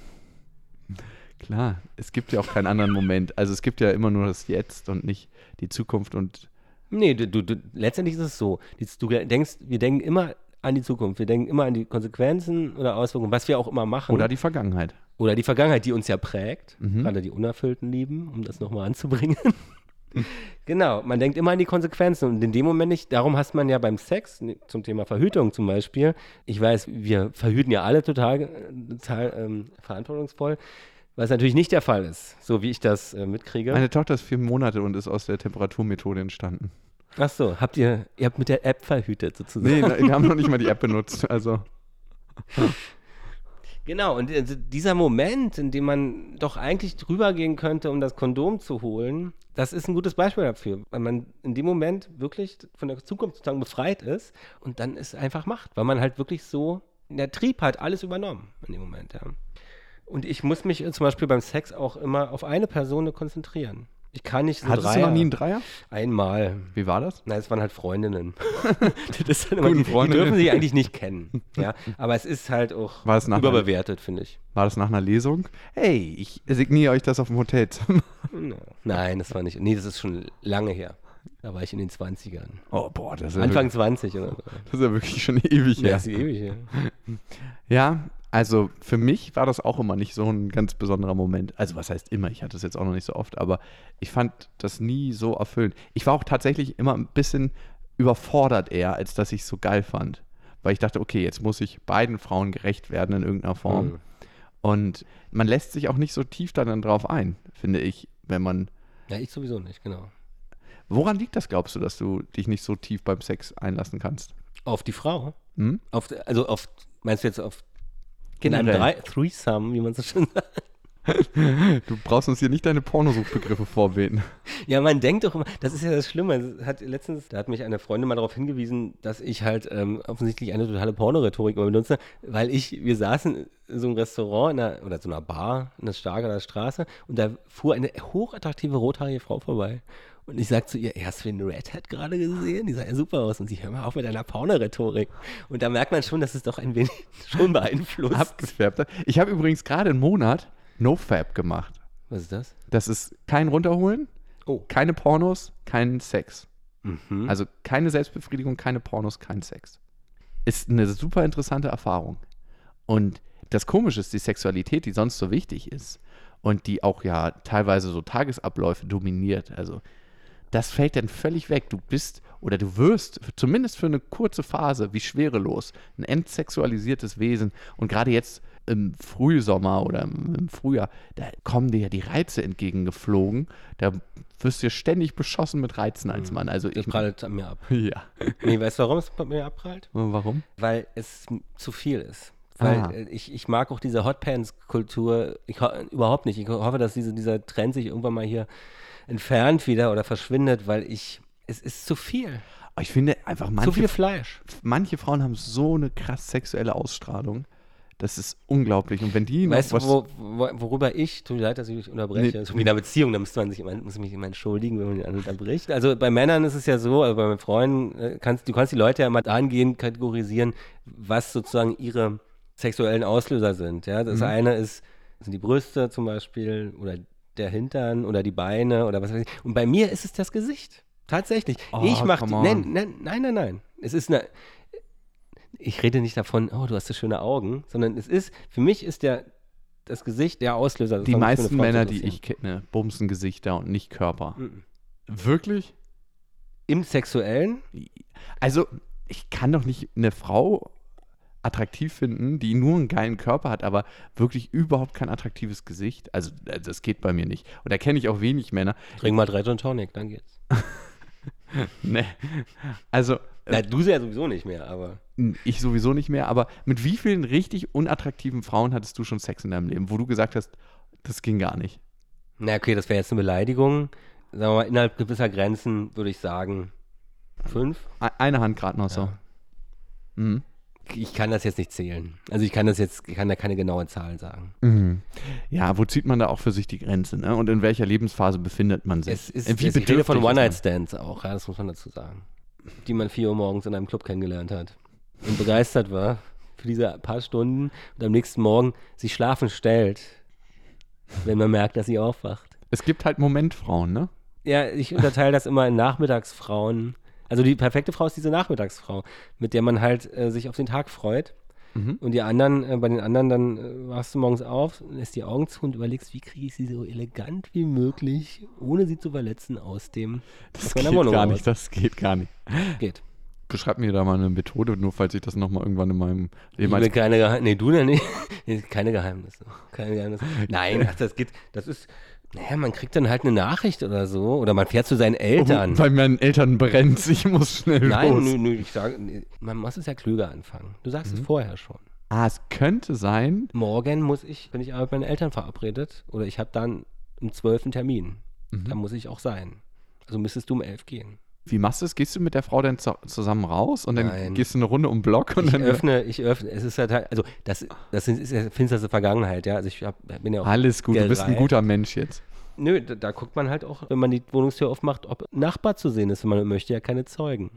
Klar, es gibt ja auch keinen anderen Moment. Also es gibt ja immer nur das Jetzt und nicht die Zukunft und Nee, du, du, du, letztendlich ist es so. Die, du denkst, wir denken immer an die Zukunft. Wir denken immer an die Konsequenzen oder Auswirkungen, was wir auch immer machen. oder die Vergangenheit. Oder die Vergangenheit, die uns ja prägt. Mhm. Gerade die unerfüllten Lieben, um das nochmal anzubringen. Genau, man denkt immer an die Konsequenzen und in dem Moment nicht. Darum hast man ja beim Sex, zum Thema Verhütung zum Beispiel, ich weiß, wir verhüten ja alle total, total ähm, verantwortungsvoll, was natürlich nicht der Fall ist, so wie ich das äh, mitkriege. Meine Tochter ist vier Monate und ist aus der Temperaturmethode entstanden. Ach so, habt ihr, ihr habt mit der App verhütet sozusagen. Nee, wir haben noch nicht mal die App benutzt. Also Genau, und äh, dieser Moment, in dem man doch eigentlich drüber gehen könnte, um das Kondom zu holen, das ist ein gutes Beispiel dafür, weil man in dem Moment wirklich von der Zukunft sozusagen befreit ist und dann es einfach macht, weil man halt wirklich so, der Trieb hat alles übernommen in dem Moment, ja. Und ich muss mich zum Beispiel beim Sex auch immer auf eine Person konzentrieren. Ich kann nicht so hattest Dreier. du noch nie einen Dreier? Einmal. Wie war das? Nein, es waren halt Freundinnen. das ist dann immer, Guten die, die Freundinnen. dürfen sich eigentlich nicht kennen. Ja? Aber es ist halt auch War es nach einer- überbewertet, finde ich. War das nach einer Lesung? Hey, ich signiere euch das auf dem Hotelzimmer. No. Nein, das war nicht. Nee, das ist schon lange her. Da war ich in den zwanzigern. Oh, boah, das ist ja, Anfang wirklich, zwanzig oder so. das ist ja wirklich schon ewig Ja, her. ist ewig her. Ja, also für mich war das auch immer nicht so ein ganz besonderer Moment. Also was heißt immer, ich hatte es jetzt auch noch nicht so oft, aber ich fand das nie so erfüllend. Ich war auch tatsächlich immer ein bisschen überfordert eher, als dass ich es so geil fand. Weil ich dachte, okay, jetzt muss ich beiden Frauen gerecht werden in irgendeiner Form. Mhm. Und man lässt sich auch nicht so tief dann drauf ein, finde ich, wenn man... Ja, ich sowieso nicht, genau. Woran liegt das, glaubst du, dass du dich nicht so tief beim Sex einlassen kannst? Auf die Frau? Hm? Auf, also auf, meinst du jetzt auf in einem Generell. Drei, Threesome, wie man so schön sagt? Du brauchst uns hier nicht deine Pornosuchbegriffe vorbeten. Ja, man denkt doch immer, das ist ja das Schlimme. Es Hat letztens, da hat mich eine Freundin mal darauf hingewiesen, dass ich halt ähm, offensichtlich eine totale Pornorhetorik immer benutze, weil ich, wir saßen in so einem Restaurant in einer, oder so einer Bar in der Stargarder Straße und da fuhr eine hochattraktive rothaarige Frau vorbei. Und ich sag zu ihr, hast du den Red Hat gerade gesehen? Die sah ja super aus. Und sie, hör mal auf mit deiner Pornorhetorik. Und da merkt man schon, dass es doch ein wenig schon beeinflusst. Abgefärbt. Ich habe übrigens gerade einen Monat NoFap gemacht. Was ist das? Das ist kein Runterholen, Oh. keine Pornos, kein Sex. Mhm. Also keine Selbstbefriedigung, keine Pornos, kein Sex. Ist eine super interessante Erfahrung. Und das Komische ist, die Sexualität, die sonst so wichtig ist und die auch ja teilweise so Tagesabläufe dominiert, also das fällt dann völlig weg. Du bist oder du wirst, zumindest für eine kurze Phase, wie schwerelos, ein entsexualisiertes Wesen. Und gerade jetzt im Frühsommer oder im, im Frühjahr, da kommen dir ja die Reize entgegengeflogen. Da wirst du ja ständig beschossen mit Reizen als Mann. Also Das ich, prallt an mir ab. ja. Nee, weißt du, warum es bei mir abprallt? Warum? Weil es m- zu viel ist. Weil Ah. äh, ich, ich mag auch diese Hotpants-Kultur ich, ho- überhaupt nicht. Ich hoffe, dass diese, dieser Trend sich irgendwann mal hier entfernt wieder oder verschwindet, weil ich, es ist zu viel. Aber ich finde einfach, zu manche, viel Fleisch. manche Frauen haben so eine krass sexuelle Ausstrahlung. Das ist unglaublich. Und wenn die noch Weißt du, was... wo, wo, worüber ich, tut mir leid, dass ich dich unterbreche, Nee. so wie in einer Beziehung, da müsste man sich immer, muss mich immer entschuldigen, wenn man den anderen unterbricht. Also bei Männern ist es ja so, also bei meinen Freunden, äh, kannst, du kannst die Leute ja immer dahingehend kategorisieren, was sozusagen ihre sexuellen Auslöser sind. Ja? Das Mhm. eine ist, sind die Brüste zum Beispiel oder der Hintern oder die Beine oder was weiß ich. Und bei mir ist es das Gesicht. Tatsächlich. Oh, ich mach die, come nein, on. nein, nein, nein, nein. Es ist eine, ich rede nicht davon, oh, du hast so schöne Augen, sondern es ist, für mich ist der, das Gesicht der Auslöser. Die von- für eine meisten Frau zu Männer, die interessieren. ich kenne, bumsen Gesichter und nicht Körper. Mhm. Wirklich? Im Sexuellen? Also, ich kann doch nicht eine Frau attraktiv finden, die nur einen geilen Körper hat, aber wirklich überhaupt kein attraktives Gesicht. Also, äh, das geht bei mir nicht. Und da kenne ich auch wenig Männer. Trink mal drei Gin Tonic, dann geht's. Ne. Also, Na, du ja sowieso nicht mehr, aber. ich sowieso nicht mehr, aber mit wie vielen richtig unattraktiven Frauen hattest du schon Sex in deinem Leben, wo du gesagt hast, das ging gar nicht? Na, okay, das wäre jetzt eine Beleidigung. Sagen wir mal, innerhalb gewisser Grenzen würde ich sagen, fünf. E- Eine Hand gerade noch so. Ja. Mhm. Ich kann das jetzt nicht zählen. Also ich kann das jetzt, ich kann da keine genaue Zahl sagen. Mhm. Ja, wo zieht man da auch für sich die Grenze, ne? Und in welcher Lebensphase befindet man sich? Es ist, Äh, Wie es, ich rede von bedürftig ist man? One-Night-Stands auch, ja, das muss man dazu sagen. Die man vier Uhr morgens in einem Club kennengelernt hat und begeistert war für diese paar Stunden und am nächsten Morgen sich schlafen stellt, wenn man merkt, dass sie aufwacht. Es gibt halt Momentfrauen, ne? Ja, ich unterteile das immer in Nachmittagsfrauen. Also die perfekte Frau ist diese Nachmittagsfrau, mit der man halt äh, sich auf den Tag freut. Mhm. Und die anderen, äh, bei den anderen, dann äh, wachst du morgens auf, lässt die Augen zu und überlegst, wie kriege ich sie so elegant wie möglich, ohne sie zu verletzen, aus dem Das aus geht meiner Wohnung gar raus. nicht, das geht gar nicht. Geht. Beschreib mir da mal eine Methode, nur falls ich das nochmal irgendwann in meinem Leben Ich als will keine Geheimnisse. Nee, du denn nicht. Nee, keine Geheimnisse. Keine Geheimnisse. Nein, ach, das geht, das ist, naja, man kriegt dann halt eine Nachricht oder so, oder man fährt zu seinen Eltern. Oh, bei meinen Eltern brennt, ich muss schnell Nein, los. nö, nö, ich sage, nee, man muss es ja klüger anfangen. Du sagst es vorher schon. Ah, es könnte sein. Morgen muss ich, bin ich aber mit meinen Eltern verabredet, oder ich habe dann um zwölf einen Termin. Da muss ich auch sein. Also müsstest du um elf gehen. Wie machst du es? Gehst du mit der Frau dann zu, zusammen raus und dann Nein. gehst du eine Runde um den Block und Ich dann öffne, ich öffne, es ist halt, also das, das ist ja finsterste Vergangenheit, ja. Also ich hab, bin ja auch alles gut, du bist ein gereift. guter Mensch jetzt. Nö, da, da guckt man halt auch, wenn man die Wohnungstür aufmacht, ob ein Nachbar zu sehen ist. Man möchte ja keine Zeugen.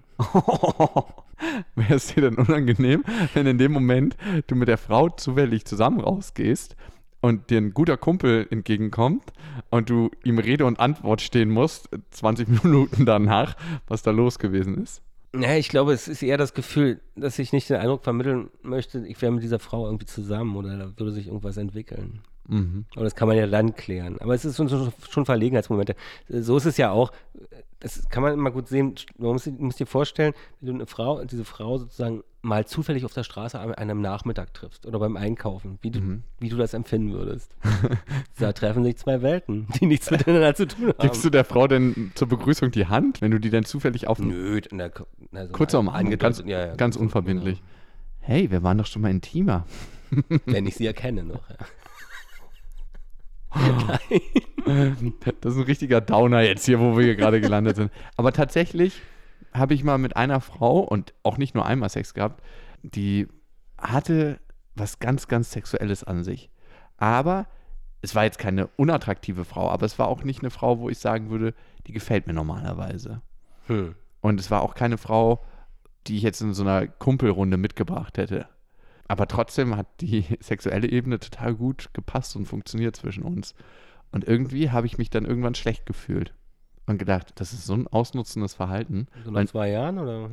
Wäre es dir denn unangenehm, wenn in dem Moment du mit der Frau zufällig zusammen rausgehst und dir ein guter Kumpel entgegenkommt und du ihm Rede und Antwort stehen musst, zwanzig Minuten danach, was da los gewesen ist? Naja, ich glaube, es ist eher das Gefühl, dass ich nicht den Eindruck vermitteln möchte, ich wäre mit dieser Frau irgendwie zusammen oder da würde sich irgendwas entwickeln. Mhm. Aber das kann man ja dann klären. Aber es ist schon, schon, schon Verlegenheitsmomente. So ist es ja auch. Das kann man immer gut sehen. Man muss, muss dir vorstellen, wenn du eine Frau, diese Frau sozusagen mal zufällig auf der Straße an einem Nachmittag triffst oder beim Einkaufen, wie du, Mhm. wie du das empfinden würdest. Da treffen sich zwei Welten, die nichts miteinander zu tun haben. Gibst du der Frau denn zur Begrüßung die Hand, wenn du die dann zufällig auf Nö, na, na, so kurze Umarmung, ganz, angedeutet, ja, ja, ganz unverbindlich? Hey, wir waren doch schon mal intimer. genau. Wenn ich sie erkenne noch, ja. Das ist ein richtiger Downer jetzt hier, wo wir hier gerade gelandet sind. Aber tatsächlich habe ich mal mit einer Frau und auch nicht nur einmal Sex gehabt, die hatte was ganz, ganz Sexuelles an sich. Aber es war jetzt keine unattraktive Frau, aber es war auch nicht eine Frau, wo ich sagen würde, die gefällt mir normalerweise. Hm. Und es war auch keine Frau, die ich jetzt in so einer Kumpelrunde mitgebracht hätte. Aber trotzdem hat die sexuelle Ebene total gut gepasst und funktioniert zwischen uns. Und irgendwie habe ich mich dann irgendwann schlecht gefühlt und gedacht, das ist so ein ausnutzendes Verhalten. So nach zwei Jahren, oder?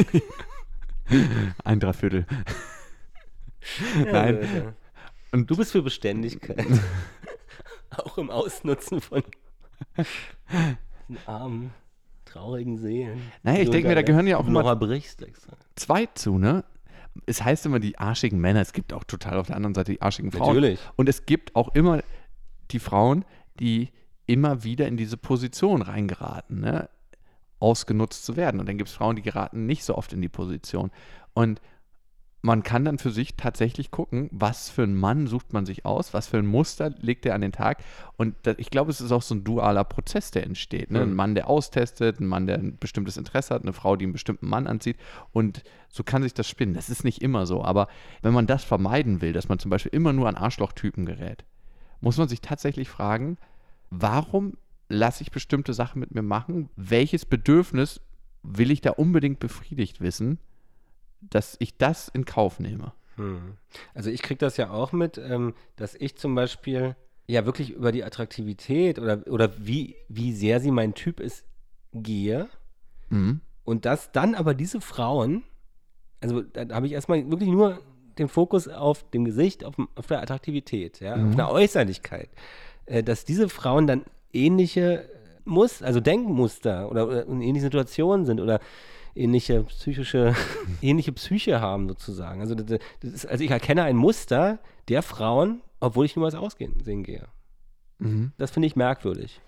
Ein Dreiviertel. Ja, Nein. so ist ja. Und Du bist für Beständigkeit. Auch im Ausnutzen von diesen armen, traurigen Seelen. Naja, ich Die denke du mir, da gehören ja auch noch immer erbrichst extra. zwei zu, ne? Es heißt immer die arschigen Männer, es gibt auch total auf der anderen Seite die arschigen Frauen. Natürlich. Und es gibt auch immer die Frauen, die immer wieder in diese Position reingeraten, ne? Ausgenutzt zu werden. Und dann gibt es Frauen, die geraten nicht so oft in die Position. Und man kann dann für sich tatsächlich gucken, was für einen Mann sucht man sich aus, was für ein Muster legt er an den Tag. Und das, ich glaube, es ist auch so ein dualer Prozess, der entsteht. Ne? Ein Mhm. Mann, der austestet, ein Mann, der ein bestimmtes Interesse hat, eine Frau, die einen bestimmten Mann anzieht. Und so kann sich das spinnen. Das ist nicht immer so. Aber wenn man das vermeiden will, dass man zum Beispiel immer nur an Arschlochtypen gerät, muss man sich tatsächlich fragen, warum lasse ich bestimmte Sachen mit mir machen? Welches Bedürfnis will ich da unbedingt befriedigt wissen, dass ich das in Kauf nehme? Hm. Also ich kriege das ja auch mit, ähm, dass ich zum Beispiel ja wirklich über die Attraktivität oder, oder wie, wie sehr sie mein Typ ist, gehe. Mhm. Und dass dann aber diese Frauen, also da habe ich erstmal wirklich nur den Fokus auf dem Gesicht, auf, auf der Attraktivität, ja, Mhm. auf einer Äußerlichkeit, äh, dass diese Frauen dann ähnliche Mus also Denkmuster oder, oder in ähnlichen Situationen sind oder ähnliche psychische, ähnliche Psyche haben sozusagen. Also, das, das ist, also ich erkenne ein Muster der Frauen, obwohl ich nur als Aussehen gehe. Mhm. Das finde ich merkwürdig.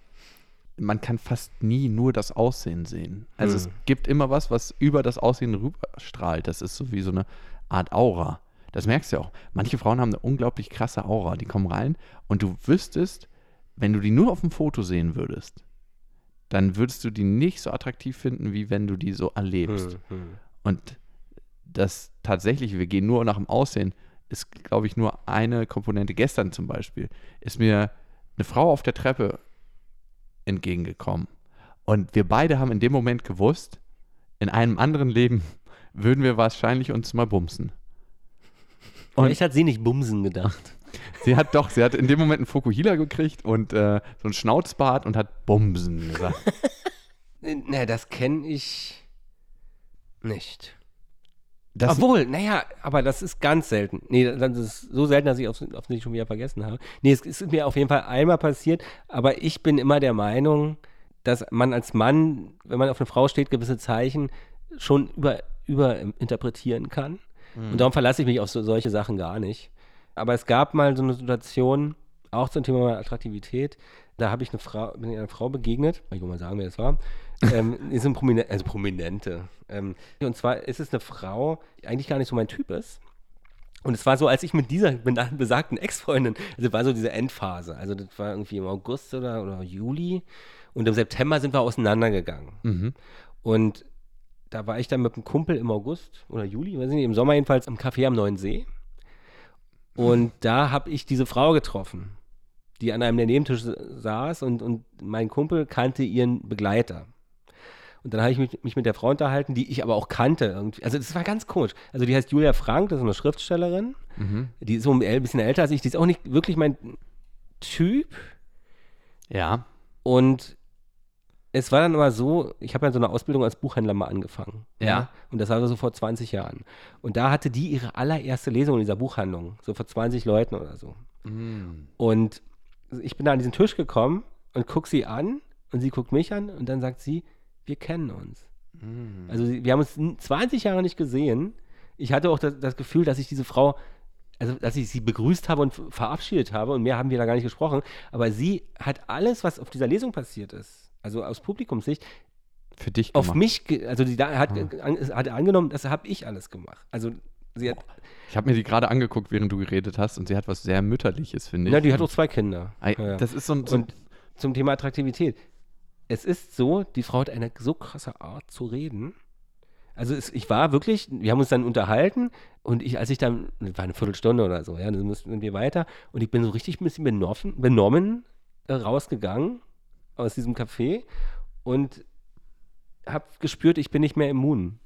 Man kann fast nie nur das Aussehen sehen. Also Mhm. es gibt immer was, was über das Aussehen rüberstrahlt. Das ist so wie so eine Art Aura. Das merkst du ja auch. Manche Frauen haben eine unglaublich krasse Aura. Die kommen rein und du wüsstest, wenn du die nur auf dem Foto sehen würdest, dann würdest du die nicht so attraktiv finden, wie wenn du die so erlebst. Hm, hm. Und das tatsächlich, wir gehen nur nach dem Aussehen, ist, glaube ich, nur eine Komponente. Gestern zum Beispiel ist mir eine Frau auf der Treppe entgegengekommen. Und wir beide haben in dem Moment gewusst, in einem anderen Leben würden wir wahrscheinlich uns mal bumsen. Und Vielleicht hat sie nicht Bumsen gedacht. sie hat doch, sie hat in dem Moment einen Fokuhila gekriegt und äh, so einen Schnauzbart und hat Bumsen gesagt. Ne, das kenne ich nicht. Das, Obwohl, naja, aber das ist ganz selten. Nee, das ist so selten, dass ich auf- offensichtlich schon wieder vergessen habe. Nee, es ist mir auf jeden Fall einmal passiert, aber ich bin immer der Meinung, dass man als Mann, wenn man auf eine Frau steht, gewisse Zeichen schon über, überinterpretieren kann. Und darum verlasse ich mich auf so, solche Sachen gar nicht. Aber es gab mal so eine Situation, auch zum Thema Attraktivität, da habe ich eine Frau, bin einer Frau begegnet, ich will mal sagen, wer das war, ähm, ist ein Prominente, also Prominente. Ähm, und zwar ist es eine Frau, die eigentlich gar nicht so mein Typ ist. Und es war so, als ich mit dieser bena- besagten Ex-Freundin, also war so diese Endphase, also das war irgendwie im August oder, oder Juli und im September sind wir auseinandergegangen. mhm. Und da war ich dann mit einem Kumpel im August oder Juli, weiß ich nicht, im Sommer jedenfalls im Café am Neuen See. Und da habe ich diese Frau getroffen, die an einem der Nebentisch saß und, und mein Kumpel kannte ihren Begleiter. Und dann habe ich mich, mich mit der Frau unterhalten, die ich aber auch kannte irgendwie. Also das war ganz komisch. Also die heißt Julia Frank, das ist eine Schriftstellerin. Mhm. Die ist so ein bisschen älter als ich. Die ist auch nicht wirklich mein Typ. Ja. Und es war dann aber so, ich habe ja so eine Ausbildung als Buchhändler mal angefangen. Ja. Und das war so vor zwanzig Jahren. Und da hatte die ihre allererste Lesung in dieser Buchhandlung. So vor zwanzig Leuten oder so. Mhm. Und ich bin da an diesen Tisch gekommen und gucke sie an und sie guckt mich an und dann sagt sie, wir kennen uns. Mhm. Also sie- wir haben uns n- zwanzig Jahre nicht gesehen. Ich hatte auch das, das Gefühl, dass ich diese Frau, also dass ich sie begrüßt habe und f- verabschiedet habe und mehr haben wir da gar nicht gesprochen. Aber sie hat alles, was auf dieser Lesung passiert ist, also aus Publikumssicht, Für dich auf gemacht. mich, ge- also die da, hat, Ah. ge- an, hat angenommen, das habe ich alles gemacht. Also sie hat, Ich habe mir die gerade angeguckt, während du geredet hast und sie hat was sehr Mütterliches, finde ich. na, die hat auch zwei Kinder. Ei, Ja, ja. Das ist so ein, so ein Und zum Thema Attraktivität. Es ist so, die Frau hat eine so krasse Art zu reden. Also es, ich war wirklich, wir haben uns dann unterhalten und ich, als ich dann, das war eine Viertelstunde oder so, ja, dann mussten wir weiter und ich bin so richtig ein bisschen benoffen, benommen äh, rausgegangen aus diesem Café und habe gespürt, ich bin nicht mehr immun.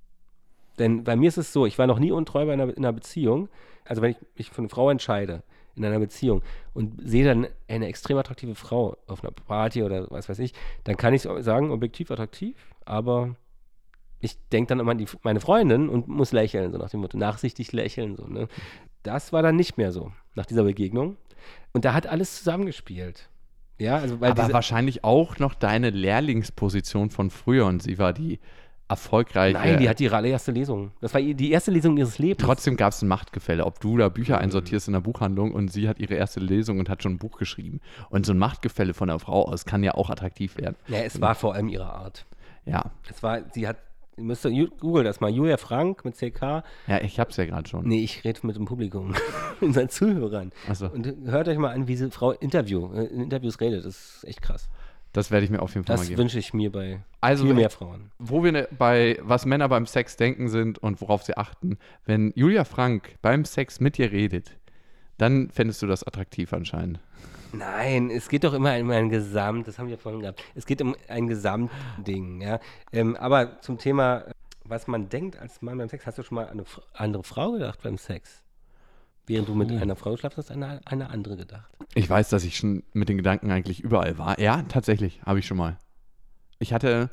Denn bei mir ist es so, ich war noch nie untreu bei einer, in einer Beziehung. Also wenn ich mich für eine Frau entscheide, in einer Beziehung und sehe dann eine extrem attraktive Frau auf einer Party oder was weiß ich, dann kann ich sagen, objektiv attraktiv, aber ich denke dann immer an die, meine Freundin und muss lächeln, so nach dem Motto, nachsichtig lächeln. So, ne? Das war dann nicht mehr so, nach dieser Begegnung. Und da hat alles zusammengespielt. Ja, also weil aber diese, wahrscheinlich auch noch deine Lehrlingsposition von früher und sie war die erfolgreiche. nein, die hat ihre allererste Lesung. Das war die erste Lesung ihres Lebens. Trotzdem gab es ein Machtgefälle, ob du da Bücher Mhm. einsortierst in der Buchhandlung und sie hat ihre erste Lesung und hat schon ein Buch geschrieben. Und so ein Machtgefälle von der Frau aus kann ja auch attraktiv werden. Ja, es war vor allem ihre Art. Ja, Es war, sie hat, ihr müsst Ju- google das mal, Julia Frank mit C K. ja, ich hab's ja gerade schon. Nee, ich rede mit dem Publikum, unseren Zuhörern. Achso, Und hört euch mal an, wie diese Frau Interview, äh, in Interviews redet. Das ist echt krass. das werde ich mir auf jeden Fall mal Das geben. wünsche ich mir bei Also, viel wenn- mehr Frauen. Wo wir ne, bei was Männer beim Sex denken sind und worauf sie achten, wenn Julia Frank beim Sex mit dir redet, dann fändest du das attraktiv anscheinend. Nein, es geht doch immer um ein Gesamt, das haben wir vorhin gehabt. Es geht um ein Gesamtding, ja. Ähm, aber zum Thema, was man denkt als Mann beim Sex, hast du schon mal an eine F- andere Frau gedacht beim Sex? Während du mit Oh. einer Frau geschlafen hast, an eine, eine andere gedacht. Ich weiß, dass ich schon mit den Gedanken eigentlich überall war. Ja, tatsächlich, habe ich schon mal. Ich hatte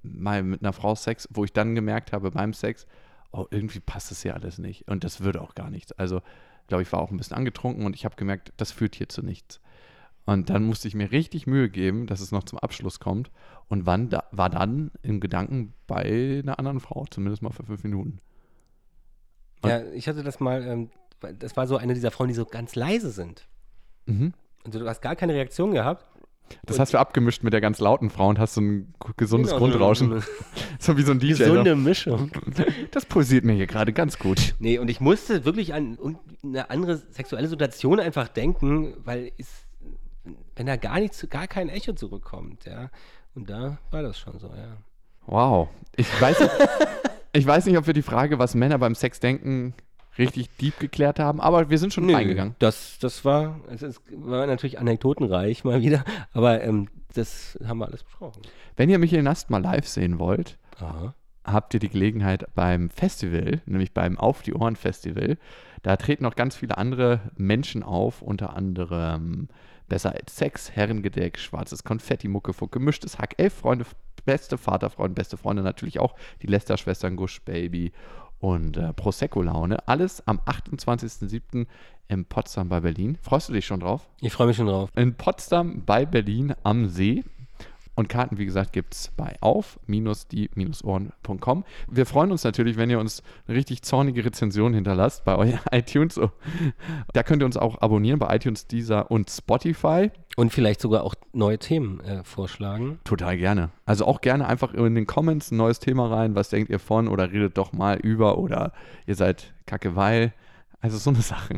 mal mit einer Frau Sex, wo ich dann gemerkt habe beim Sex, oh, irgendwie passt das hier alles nicht. Und das würde auch gar nichts. Also, ich glaube, ich war auch ein bisschen angetrunken und ich habe gemerkt, das führt hier zu nichts. Und dann musste ich mir richtig Mühe geben, dass es noch zum Abschluss kommt. Und wann da, war dann im Gedanken bei einer anderen Frau, zumindest mal für fünf Minuten. Und ja, ich hatte das mal, ähm, das war so eine dieser Frauen, die so ganz leise sind. Mhm. Und du hast gar keine Reaktion gehabt. Das Und hast du abgemischt mit der ganz lauten Frau und hast so ein gesundes Genau, Grundrauschen. so eine So wie so ein D J. gesunde Mischung. Das pulsiert mir hier gerade ganz gut. Nee, und ich musste wirklich an eine andere sexuelle Situation einfach denken, weil es, wenn da gar nichts, gar kein Echo zurückkommt, ja. Und da war das schon so, ja. Wow. Ich weiß nicht, ich weiß nicht, ob wir die Frage, was Männer beim Sex denken, richtig deep geklärt haben, aber wir sind schon Nö, reingegangen. Das, das war, also es war natürlich anekdotenreich mal wieder, aber ähm, das haben wir alles besprochen. Wenn ihr Michael Nast mal live sehen wollt, Aha. habt ihr die Gelegenheit beim Festival, nämlich beim Auf die Ohren Festival. Da treten noch ganz viele andere Menschen auf, unter anderem Besser als Sex, Herrengedeck, Schwarzes Konfetti, Muckefuck, Gemischtes Hack, Elf Freunde, beste Vaterfreunde, beste Freunde natürlich auch, die Lester-Schwestern, Gush Baby und äh, Prosecco-Laune. Alles am achtundzwanzigsten siebten in Potsdam bei Berlin. Freust du dich schon drauf? Ich freue mich schon drauf. In Potsdam bei Berlin am See. Und Karten, wie gesagt, gibt es bei auf die Ohren punkt com. Wir freuen uns natürlich, wenn ihr uns eine richtig zornige Rezension hinterlasst bei euren iTunes. Da könnt ihr uns auch abonnieren bei iTunes, Deezer und Spotify. Und vielleicht sogar auch neue Themen äh, vorschlagen. Total gerne. Also auch gerne einfach in den Comments ein neues Thema rein. Was denkt ihr von? Oder redet doch mal über. Oder ihr seid kacke, weil. Also so eine Sache.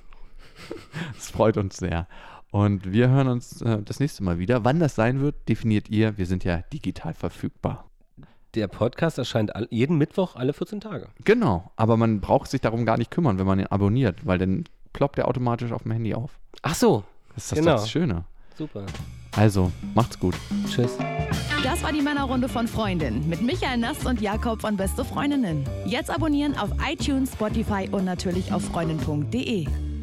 Das freut uns sehr. Und wir hören uns äh, das nächste Mal wieder. Wann das sein wird, definiert ihr. Wir sind ja digital verfügbar. Der Podcast erscheint all, jeden Mittwoch alle vierzehn Tage. Genau, aber man braucht sich darum gar nicht kümmern, wenn man ihn abonniert, weil dann ploppt er automatisch auf dem Handy auf. Ach so. Das ist das, Genau. das Schöne. Super. Also, macht's gut. Tschüss. Das war die Männerrunde von Freundin mit Michael Nast und Jakob von Beste Freundinnen. Jetzt abonnieren auf iTunes, Spotify und natürlich auf freundin punkt de.